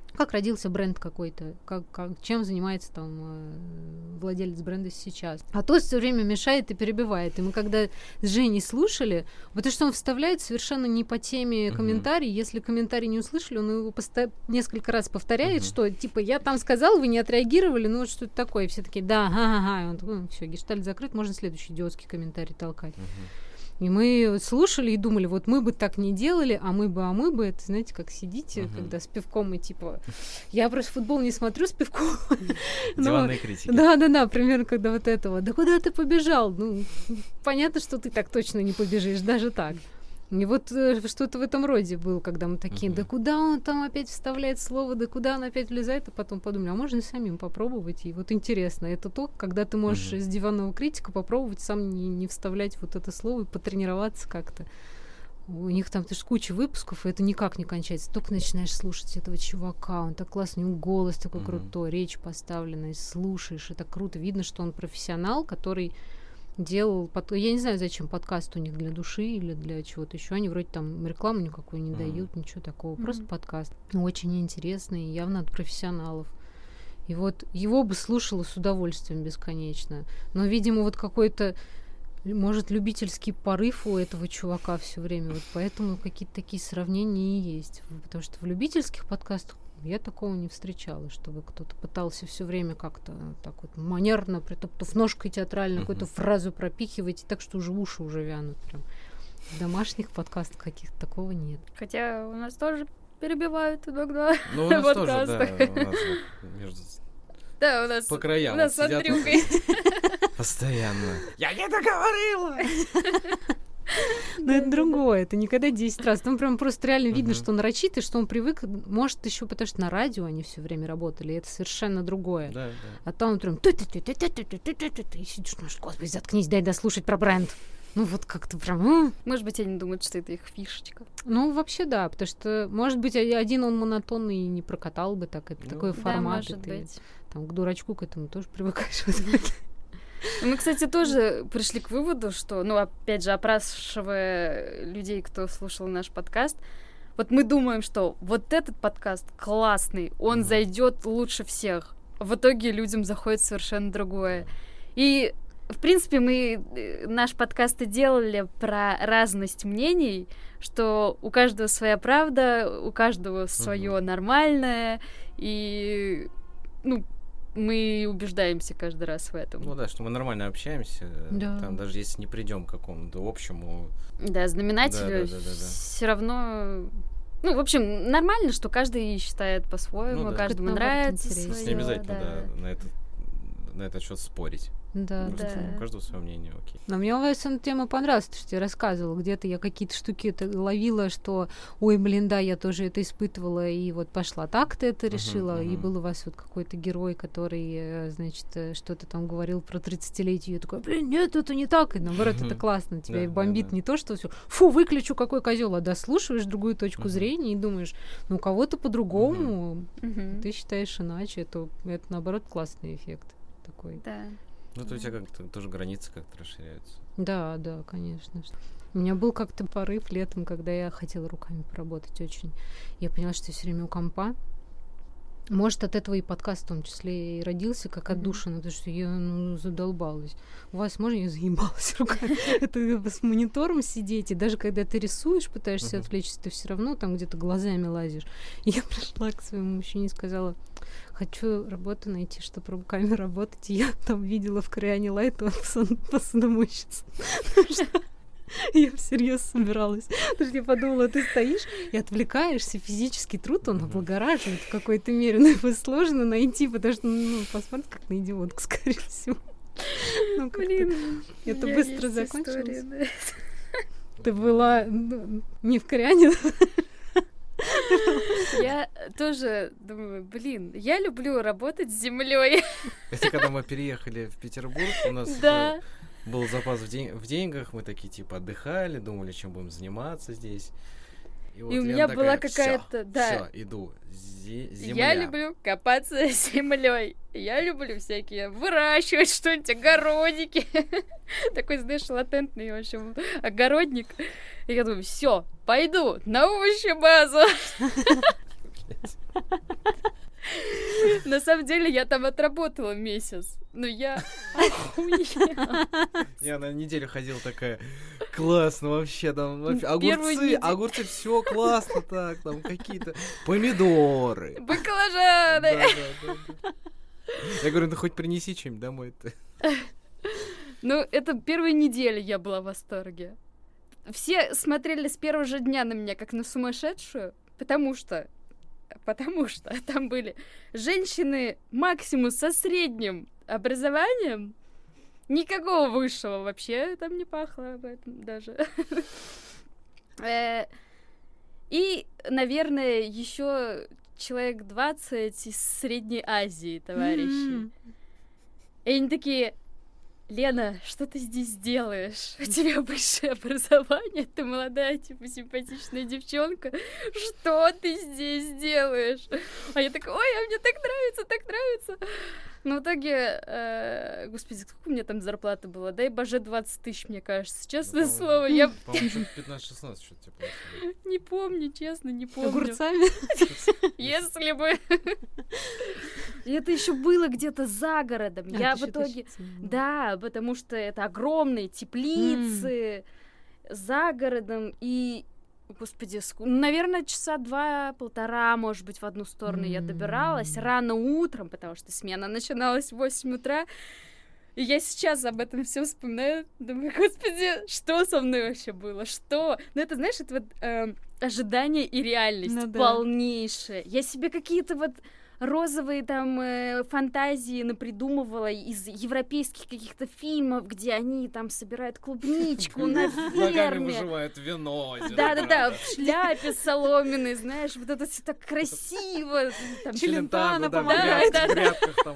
как родился бренд какой-то, как, как, чем занимается там э, владелец бренда сейчас. А то все время мешает и перебивает. И мы когда с Женей слушали, потому что он вставляет совершенно не по теме комментарий. Mm-hmm. Если комментарий не услышали, он его поста- несколько раз повторяет, mm-hmm. что типа я там сказал, вы не отреагировали, ну вот что-то такое. И все такие, да, ага-ага. И он такой, ну, все, гештальт закрыт, можно следующий идиотский комментарий толкать. Mm-hmm. И мы слушали и думали, вот мы бы так не делали, а мы бы, а мы бы, это, знаете, как сидите, uh-huh. когда с пивком и типа, я просто футбол не смотрю с пивком. Диванные критики. Да-да-да, примерно когда вот этого. Да куда ты побежал? Ну, понятно, что ты так точно не побежишь, даже так. И вот э, что-то в этом роде было, когда мы такие, uh-huh. да куда он там опять вставляет слово, да куда он опять влезает, а потом подумали, а можно и самим попробовать. И вот интересно, это то, когда ты можешь uh-huh. с диванного критика попробовать сам не, не вставлять вот это слово и потренироваться как-то. У них там тоже куча выпусков, и это никак не кончается. Только начинаешь слушать этого чувака, он так классно, у него голос такой uh-huh. крутой, речь поставленная, слушаешь, это круто. Видно, что он профессионал, который... делал, под... я не знаю, зачем подкаст у них, для души или для чего-то еще. Они вроде там рекламу никакую не mm-hmm. дают, ничего такого. Mm-hmm. Просто подкаст. Очень интересный, явно от профессионалов. И вот его бы слушала с удовольствием бесконечно. Но, видимо, вот какой-то, может, любительский порыв у этого чувака все время. Вот поэтому какие-то такие сравнения и есть. Потому что в любительских подкастах я такого не встречала, чтобы кто-то пытался все время как-то так вот манерно, притоптав ножкой театрально, uh-huh. какую-то фразу пропихивать, и так что уже уши уже вянут прям. В домашних подкастах каких-то такого нет. Хотя у нас тоже перебивают иногда. Ну, у нас тоже, да, у нас между... Да, у нас по краям у нас с Андрюхой. Постоянно. Я не договорила! Но это другое, это никогда десять раз. Там прям просто реально видно, что он нарочитый, что он привык, может, еще потому что на радио они все время работали, это совершенно другое. Да, да. А там он прям ты сидишь, думаешь, господи, заткнись, дай дослушать про бренд. Ну вот как-то прям... Может быть, они думают, что это их фишечка. Ну, вообще, да, потому что, может быть, один он монотонный и не прокатал бы так, это такой формат. Да, может быть. Там к дурачку к этому тоже привыкаешь. Мы, кстати, тоже пришли к выводу, что, ну, опять же, опрашивая людей, кто слушал наш подкаст, вот мы думаем, что вот этот подкаст классный, он mm-hmm. зайдет лучше всех. В итоге людям заходит совершенно другое. И, в принципе, мы наш подкаст и делали про разность мнений, что у каждого своя правда, у каждого свое mm-hmm. нормальное, и, ну, мы убеждаемся каждый раз в этом. Ну да, что мы нормально общаемся, да. Там даже если не придем к какому-то общему... Да, знаменателю, да, да, да, да, да. Все равно... Ну, в общем, нормально, что каждый считает по-своему, ну, да. каждому нравится своё, не обязательно да. Да, на, это, на этот счет спорить. Да, просто да. У каждого свое мнение, окей. Но мне эта тема понравилась, потому что я рассказывала, где-то я какие-то штуки ловила, что, ой, блин, да, я тоже это испытывала, и вот пошла так-то это решила, uh-huh, uh-huh. и был у вас вот какой-то герой, который, значит, что-то там говорил про тридцатилетие, я такая, блин, нет, это не так, и наоборот, uh-huh. это классно, тебя да, бомбит да, да. не то, что все, фу, выключу, какой козел, а дослушиваешь другую точку uh-huh. зрения и думаешь, ну, у кого-то по-другому, uh-huh. ты считаешь иначе, это, это, наоборот, классный эффект такой. Да. Ну, то у тебя как-то тоже границы как-то расширяются. Да, да, конечно. У меня был как-то порыв летом, когда я хотела руками поработать очень. Я поняла, что я все время у компа. Может, от этого и подкаст в том числе и родился, как отдушина, потому что я ну, задолбалась. У вас, можно, я заебалась руками. Это с монитором сидеть, и даже когда ты рисуешь, пытаешься отвлечься, ты все равно там где-то глазами лазишь. И я пришла к своему мужчине и сказала, хочу работу найти, чтобы руками работать. И я там видела в Кориане Лайтова посудомойщицу. Я всерьез собиралась. Потому что я подумала, ты стоишь и отвлекаешься, физический труд, он облагораживает в какой-то мере, но его сложно найти, потому что, ну, посмотрите, как на идиотку, скорее всего. Ну, блин, это быстро закончилось. Ты была ну, не в Кориане? Я тоже думаю, блин, я люблю работать с землей. Это когда мы переехали в Петербург, у нас да. был, был запас в, день, в деньгах, мы такие типа отдыхали, думали, чем будем заниматься здесь. И, вот и у меня такая, была какая-то, да. Все, иду. Зе- земля. Я люблю копаться с землей. Я люблю всякие выращивать что-нибудь, огородики. Такой, знаешь, латентный, в общем, огородник. И я думаю, все, пойду на овощебазу. На самом деле, я там отработала месяц, но я охуела. Я на неделю ходила такая, классно вообще, там огурцы, огурцы, все классно так, там какие-то помидоры. Баклажаны. Я говорю, ну хоть принеси что-нибудь домой-то. Ну, это первая неделя я была в восторге. Все смотрели с первого же дня на меня как на сумасшедшую, потому что потому что там были женщины максимум со средним образованием, никакого высшего вообще там не пахло об этом даже. И, наверное, еще человек двадцать из Средней Азии, товарищи. И они такие: Лена, что ты здесь делаешь? У тебя высшее образование, ты молодая, типа, симпатичная девчонка. Что ты здесь делаешь? А я такая: ой, а мне так нравится, так нравится. Но в итоге, э, господи, сколько у меня там зарплата была? Дай боже, двадцать тысяч, мне кажется. Честное ну, слово, я... По-моему, пятнадцать-шестнадцать что-то типа. Не помню, честно, не помню. Огурцами? Если бы... И это еще было где-то за городом. Я в итоге... Да, потому что это огромные теплицы за городом, и... Господи, ск... наверное, часа два-полтора, может быть, в одну сторону mm-hmm. я добиралась рано утром, потому что смена начиналась в восемь утра. И я сейчас об этом все вспоминаю, думаю, господи, что со мной вообще было, что? Ну, это, знаешь, это вот э, ожидание и реальность ну, да. полнейшая. Я себе какие-то вот розовые там э, фантазии напридумывала из европейских каких-то фильмов, где они там собирают клубничку на ферме. Ногами выживают вино. Да-да-да, в шляпе соломенной, знаешь, вот это все так красиво. Челентано помогает. В грядках там.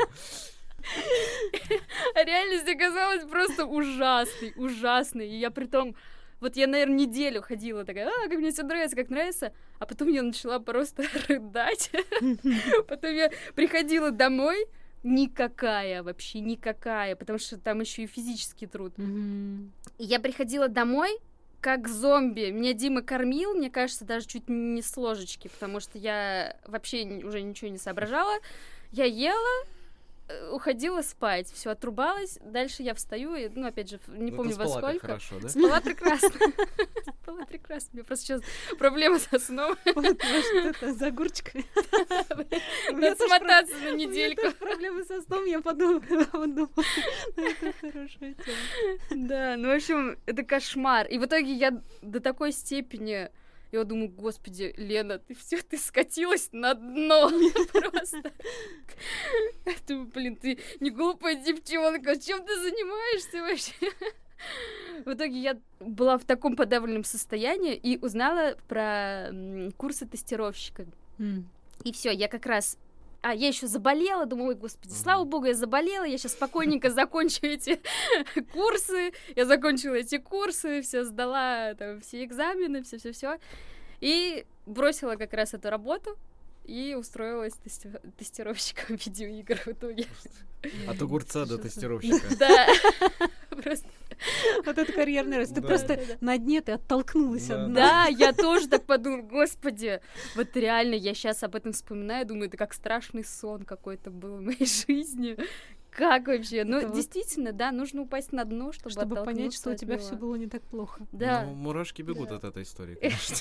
А реальность оказалась просто ужасной, ужасной. И я притом... Вот я, наверное, неделю ходила такая: а, как мне все нравится, как нравится. А потом я начала просто рыдать. Потом я приходила домой, никакая вообще, никакая, потому что там еще и физический труд. И я приходила домой, как зомби. Меня Дима кормил, мне кажется, даже чуть не с ложечки, потому что я вообще уже ничего не соображала. Я ела, уходила спать, все отрубалось, дальше я встаю, и, ну, опять же, не ну, помню во сколько. Хорошо, да? Спала прекрасно. Спала прекрасно. У меня просто сейчас проблема со сном. Вот, может, это за огурчиками. Надо смотаться на недельку. Проблемы со сном, я подумала, это хорошая тема. Да, ну, в общем, это кошмар. И в итоге я до такой степени... Я думаю, господи, Лена, ты все, ты скатилась на дно просто. Думаю, блин, ты не глупая девчонка, чем ты занимаешься вообще? В итоге я была в таком подавленном состоянии и узнала про м, курсы тестировщика. Mm. И все, я как раз... А, я еще заболела, думаю, ой, господи, слава богу, я заболела, я сейчас спокойненько закончу эти курсы, я закончила эти курсы, все сдала, там, все экзамены, все-все-все, и бросила как раз эту работу и устроилась тести- тестировщиком видеоигр в итоге. От огурца до тестировщика. Да, просто... Вот это карьерный рост. Ты да. просто да, да. на дне ты оттолкнулась да, от дна. Да, я тоже так подумала, господи, вот реально, я сейчас об этом вспоминаю, думаю, это как страшный сон какой-то был в моей жизни. Как вообще? Ну, это действительно, вот... да, нужно упасть на дно, чтобы Чтобы понять, что у тебя все было не так плохо. Да. Ну, мурашки бегут да. от этой истории, конечно.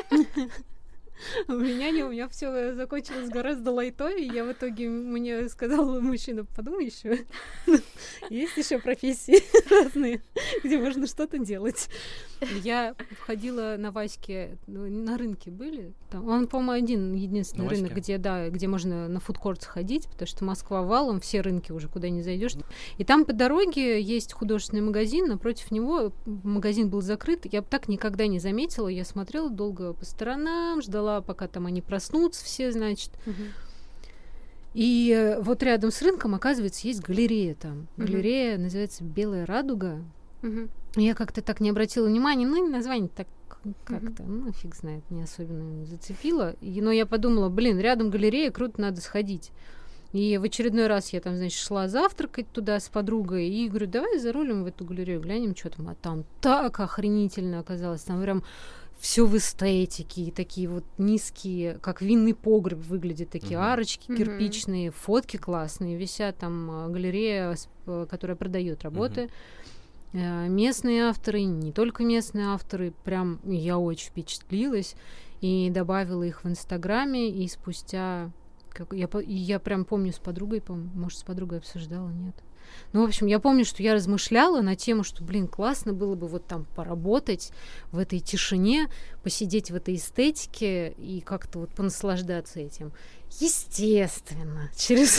У меня не, у меня все закончилось гораздо лайтовее. Я в итоге мне сказал мужчина: подумай еще. Есть еще профессии разные, где можно что-то делать. Я входила на Ваське, на рынке были. Там, он, по-моему, один единственный рынок, где, да, где можно на фудкорт сходить, потому что Москва валом, все рынки уже куда не зайдешь. И там по дороге есть художественный магазин, напротив него магазин был закрыт. Я так никогда не заметила. Я смотрела долго по сторонам, ждала, пока там они проснутся все, значит. И вот рядом с рынком, оказывается, есть галерея там. Галерея называется «Белая радуга». Я как-то так не обратила внимания, ну, название так как-то, mm-hmm. ну, фиг знает, не особенно зацепило. И, но я подумала, блин, рядом галерея, круто, надо сходить. И в очередной раз я там, значит, шла завтракать туда с подругой, и говорю, давай зарулим в эту галерею, глянем, что там. А там так охренительно оказалось, там прям все в эстетике, и такие вот низкие, как винный погреб выглядят, такие mm-hmm. арочки mm-hmm. кирпичные, фотки классные, висят там галерея, которая продает работы. Mm-hmm. Местные авторы, не только местные авторы, прям я очень впечатлилась и добавила их в Инстаграме, и спустя, как, я, я прям помню с подругой, помню, может, с подругой обсуждала, нет. Ну, в общем, я помню, что я размышляла на тему, что, блин, классно было бы вот там поработать в этой тишине, посидеть в этой эстетике и как-то вот понаслаждаться этим. Естественно, через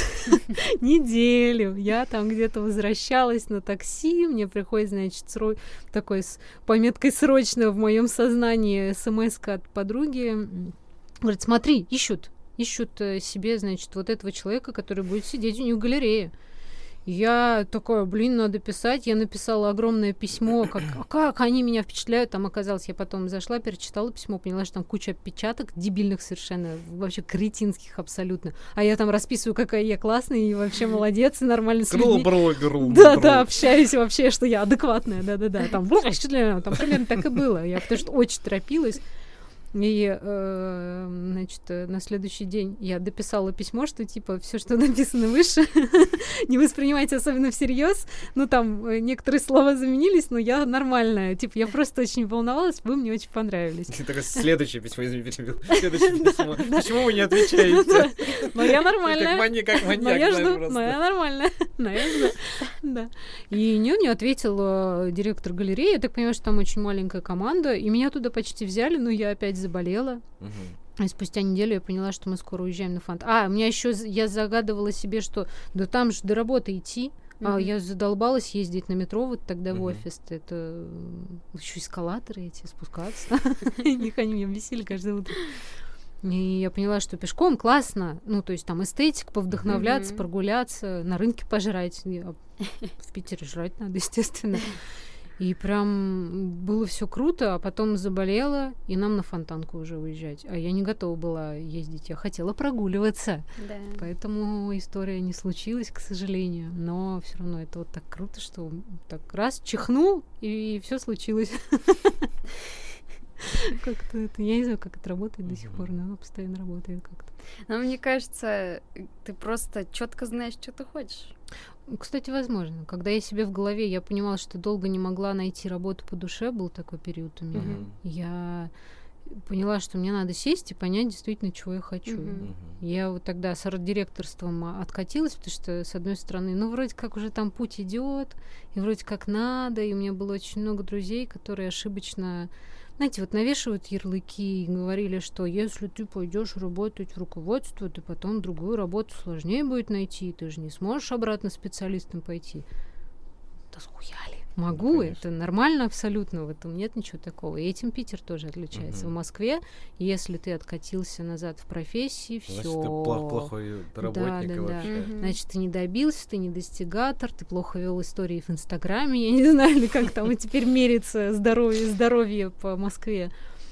неделю я там где-то возвращалась на такси, мне приходит, значит, сро... такой с пометкой «срочно» в моем сознании смс-ка от подруги. Говорит, смотри, ищут, ищут себе, значит, вот этого человека, который будет сидеть у них в галерее. Я такая, блин, надо писать. Я написала огромное письмо, как, как они меня впечатляют. Там оказалось, я потом зашла, перечитала письмо, поняла, что там куча опечаток, дебильных совершенно, вообще кретинских абсолютно. А я там расписываю, какая я классная и вообще молодец, и нормально с людьми. Да, да, общаюсь вообще, что я адекватная, да-да-да. Там, там примерно так и было. Я потому что очень торопилась. И, э, значит, на следующий день я дописала письмо, что, типа, все, что написано выше, не воспринимайте особенно всерьез. Ну, там некоторые слова заменились, но я нормальная. Типа, я просто очень волновалась, вы мне очень понравились. Следующее письмо, извини, перебил. Следующее письмо. Почему вы не отвечаете? Но я нормальная. Как маньяк, как маньяк. Но я жду, но я нормальная. Но я жду. Да. И не, мне ответил директор галереи. Я так понимаю, что там очень маленькая команда, и меня туда почти взяли, но я опять заболела. Uh-huh. И спустя неделю я поняла, что мы скоро уезжаем на фант. А, у меня еще я загадывала себе, что да там же до работы идти. Uh-huh. А я задолбалась ездить на метро вот тогда uh-huh. в офис. Это еще эскалаторы эти, спускаться. Их они меня бесили каждое утро. И я поняла, что пешком классно. Ну, то есть там эстетика, повдохновляться, прогуляться, на рынке пожрать. В Питере жрать надо, естественно. И прям было все круто, а потом заболела, и нам на Фонтанку уже уезжать. А я не готова была ездить, я хотела прогуливаться. Да. Поэтому история не случилась, к сожалению. Но все равно это вот так круто, что так раз чихнул, и все случилось. Как-то это, я не знаю, как это работает до сих пор, но оно постоянно работает как-то. Но мне кажется, ты просто четко знаешь, что ты хочешь. Кстати, возможно. Когда я себе в голове, я понимала, что долго не могла найти работу по душе, был такой период у меня. Mm-hmm. Я поняла, что мне надо сесть и понять действительно, чего я хочу. Mm-hmm. Я вот тогда с арт-директорством откатилась, потому что, с одной стороны, ну, вроде как уже там путь идет, и вроде как надо, и у меня было очень много друзей, которые ошибочно, знаете, вот навешивают ярлыки и говорили, что если ты пойдешь работать в руководство, то потом другую работу сложнее будет найти, ты же не сможешь обратно специалистом пойти. Да схуяли. Могу, ну, это нормально абсолютно, в этом нет ничего такого. И этим Питер тоже отличается. Uh-huh. В Москве, если ты откатился назад в профессии, все. Значит, ты плох, плохой работник. Да, да, да. Uh-huh. Значит, ты не добился, ты не достигатор, ты плохо вел истории в Инстаграме, я не знаю, или как там, и теперь мерится здоровье, здоровье по Москве.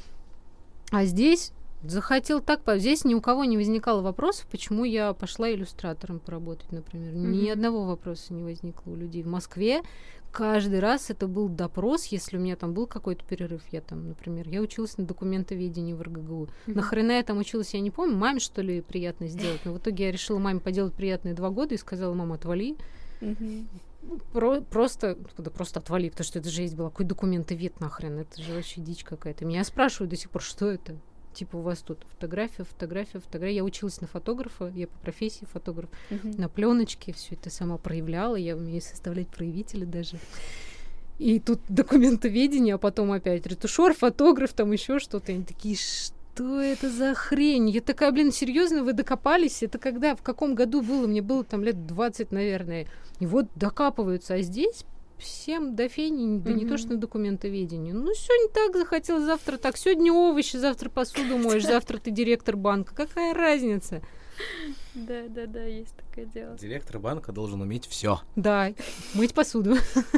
А здесь захотел так, здесь ни у кого не возникало вопросов, почему я пошла иллюстратором поработать, например. Uh-huh. Ни одного вопроса не возникло у людей. В Москве каждый раз это был допрос, если у меня там был какой-то перерыв. Я там, например, я училась на документоведении в эр гэ гэ у. Mm-hmm. Нахрена я там училась, я не помню. Маме, что ли, приятно сделать. Но в итоге я решила маме поделать приятные два года и сказала: мама, отвали. Mm-hmm. Про- просто, да, просто отвали, потому что это же есть было. Какой документовед нахрен? Это же вообще дичь какая-то. Меня спрашивают до сих пор, что это? Типа, у вас тут фотография, фотография, фотография. Я училась на фотографа, я по профессии фотограф. Uh-huh. На пленочке все это сама проявляла, я умею составлять проявители даже. И тут документоведение, а потом опять ретушер, фотограф, там еще что-то. Они такие, что это за хрень? Я такая, блин, серьезно, вы докопались? Это когда, в каком году было? Мне было там лет двадцать, наверное. И вот докапываются, а здесь всем до фени, да mm-hmm. не то что на документоведении. Ну, сегодня так захотел, завтра так. Сегодня овощи, завтра посуду моешь, завтра ты директор банка. Какая разница? Да, да, да, есть такое дело. Директор банка должен уметь все. Да, мыть посуду.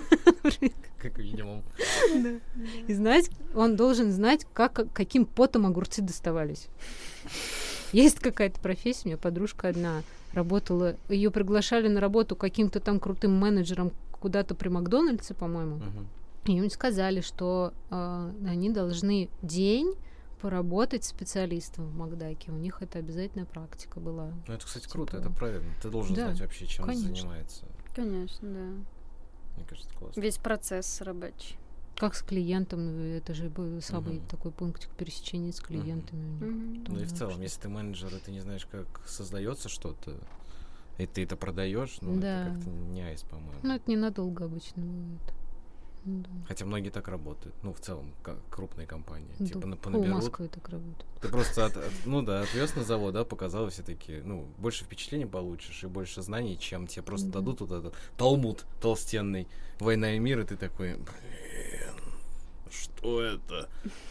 Как минимум. И знать, он должен знать, как, каким потом огурцы доставались. Есть какая-то профессия, у меня подружка одна работала, ее приглашали на работу каким-то там крутым менеджером куда-то при Макдональдсе, по-моему. Uh-huh. И им сказали, что э, они должны день поработать специалистом в Макдаке. У них это обязательная практика была. Ну, это, кстати, типа... круто, это правильно. Ты должен да, знать вообще, чем конечно. он занимается. Конечно, да. Мне кажется, классно. Весь процесс рабочий. Как с клиентом, это же был самый uh-huh. такой пунктик пересечения с клиентами. Uh-huh. У них. Uh-huh. Ну и в целом, если ты менеджер, и ты не знаешь, как создается что-то, и ты это продаешь, ну да. это как-то не айс, по-моему. Ну, это ненадолго обычно бывает. Да. Хотя многие так работают, ну, в целом, как крупные компании. Да, типа на, понаберут. У Москвы так работают. Ты просто, от, от, ну да, отвез на завод, да, показал, все такие, ну, больше впечатлений получишь и больше знаний, чем тебе просто да. дадут вот этот талмуд толстенный, «Война и мир», и ты такой, блин, что это?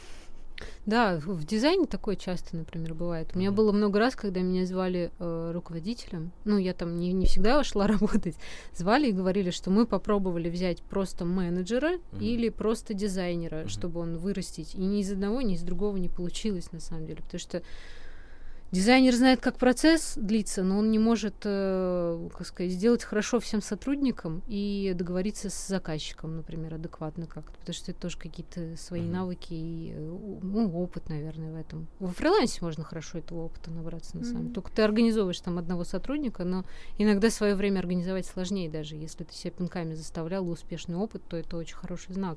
Да, в дизайне такое часто, например, бывает. У меня mm-hmm. было много раз, когда меня звали э, руководителем. Ну, я там не, не всегда шла работать. Звали и говорили, что мы попробовали взять просто менеджера mm-hmm. или просто дизайнера, mm-hmm. чтобы он вырастить. И ни из одного, ни из другого не получилось, на самом деле. Потому что дизайнер знает, как процесс длится, но он не может, э, как сказать, сделать хорошо всем сотрудникам и договориться с заказчиком, например, адекватно как-то, потому что это тоже какие-то свои uh-huh. навыки и ну, опыт, наверное, в этом. Во фрилансе можно хорошо этого опыта набраться, на uh-huh. самом деле. Только ты организовываешь там одного сотрудника, но иногда свое время организовать сложнее даже. Если ты себя пинками заставлял успешный опыт, то это очень хороший знак.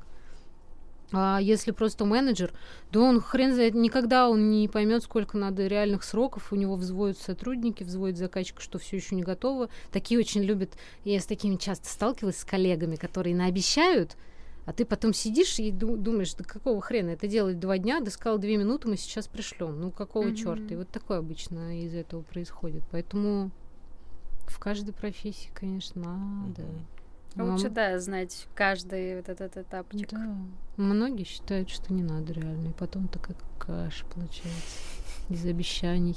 А если просто менеджер, да он хрен знает, никогда он не поймет, сколько надо реальных сроков, у него взводят сотрудники, взводят заказчика, что все еще не готово. Такие очень любят, я с такими часто сталкивалась с коллегами, которые наобещают, а ты потом сидишь и думаешь, да какого хрена, это делать два дня, да сказал две минуты, мы сейчас пришлем, ну какого mm-hmm. черта. И вот такое обычно из этого происходит. Поэтому в каждой профессии, конечно, надо. Mm-hmm. Лучше, да, знать каждый вот этот этапчик. Да. Многие считают, что не надо реально. И потом такая каша получается. Из обещаний.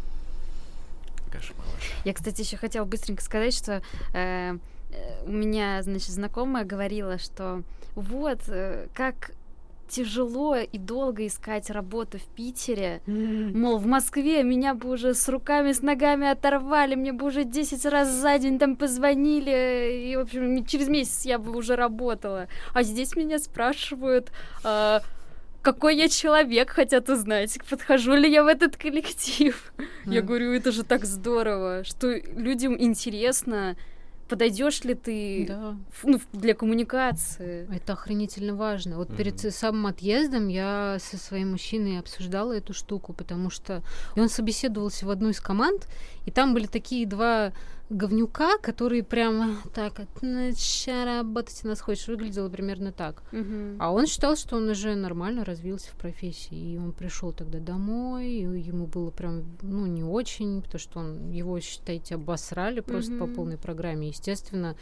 Каша малыш. Я, кстати, еще хотела быстренько сказать, что э, у меня, значит, знакомая говорила, что вот, э, как тяжело и долго искать работу в Питере. Mm. Мол, в Москве меня бы уже с руками, с ногами оторвали, мне бы уже десять раз за день там позвонили, и, в общем, через месяц я бы уже работала. А здесь меня спрашивают, а, какой я человек, хотят узнать, подхожу ли я в этот коллектив. Mm. Я говорю, это же так здорово, что людям интересно, подойдешь ли ты да. в, ну, для коммуникации. Это охренительно важно. Вот mm-hmm. перед самым отъездом я со своим мужчиной обсуждала эту штуку, потому что он собеседовался в одну из команд, и там были такие два говнюка, которые прямо так, ну, ща работать у нас хочешь, выглядело примерно так. Mm-hmm. А он считал, что он уже нормально развился в профессии, и он пришел тогда домой, и ему было прям, ну, не очень, потому что он, его, считайте, обосрали просто mm-hmm. по полной программе. Естественно,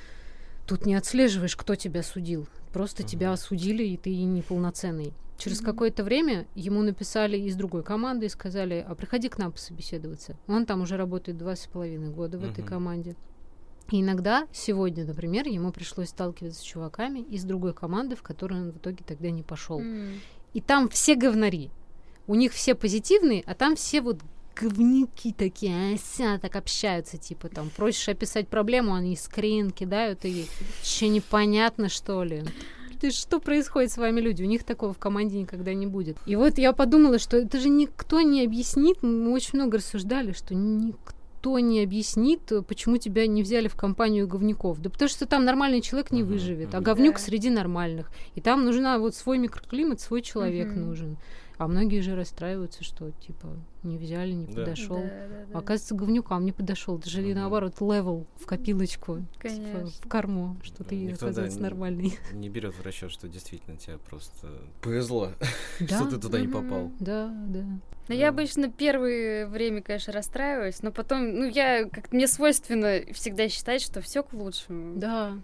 тут не отслеживаешь, кто тебя судил. Просто mm-hmm. тебя осудили, и ты неполноценный. Через mm-hmm. какое-то время ему написали из другой команды и сказали, а приходи к нам пособеседоваться. Он там уже работает два с половиной года в mm-hmm. этой команде. И иногда, сегодня, например, ему пришлось сталкиваться с чуваками из другой команды, в которую он в итоге тогда не пошел. Mm-hmm. И там все говнари. У них все позитивные, а там все вот говнюки такие, ася, так общаются, типа там, просишь описать проблему, они скрин кидают, и еще непонятно, что ли. Ты что происходит с вами, люди? У них такого в команде никогда не будет. И вот я подумала, что это же никто не объяснит. Мы очень много рассуждали, что никто не объяснит, почему тебя не взяли в компанию говнюков. Да потому что там нормальный человек не выживет, а говнюк да. среди нормальных. И там нужна вот свой микроклимат, свой человек mm-hmm. нужен. А многие же расстраиваются, что типа не взяли, не да. подошел. Да, да, да. А оказывается, говнюкам не подошел. Даже mm-hmm. наоборот, левел в копилочку, типа, в корму, что ты никто, оказывается да, нормальный. Не, не берет в расчет, что действительно тебе просто повезло, да? что ты туда mm-hmm. не попал. Да, да. Ну, да. Я обычно первое время, конечно, расстраиваюсь, но потом, ну, я, как мне свойственно всегда считать, что все к лучшему. Да.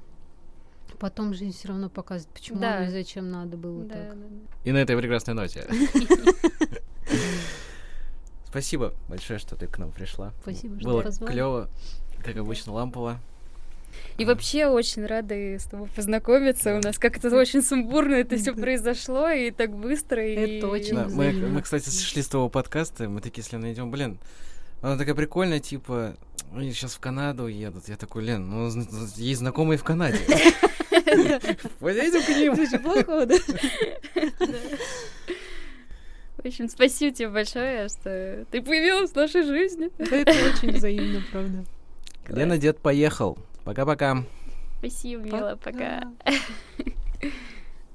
Потом жизнь все равно показывает, почему да. и зачем надо было да, так. Да, да. И на этой прекрасной ноте. Спасибо большое, что ты к нам пришла. Спасибо, что было позвала. Клево, как обычно, лампово. И вообще очень рада с тобой познакомиться. У нас как-то очень сумбурно это все произошло, и так быстро. Это очень мы, мы, кстати, шли с того подкаста, мы такие с Леной идем, блин, она такая прикольная, типа, они сейчас в Канаду едут. Я такой, Лен, ну, есть знакомые в Канаде. Поедем к ним. Слушай, плохо, да? В общем, спасибо тебе большое, что ты появилась в нашей жизни. Это очень взаимно, правда. Лена, дед поехал. Пока-пока. Спасибо, мила, пока.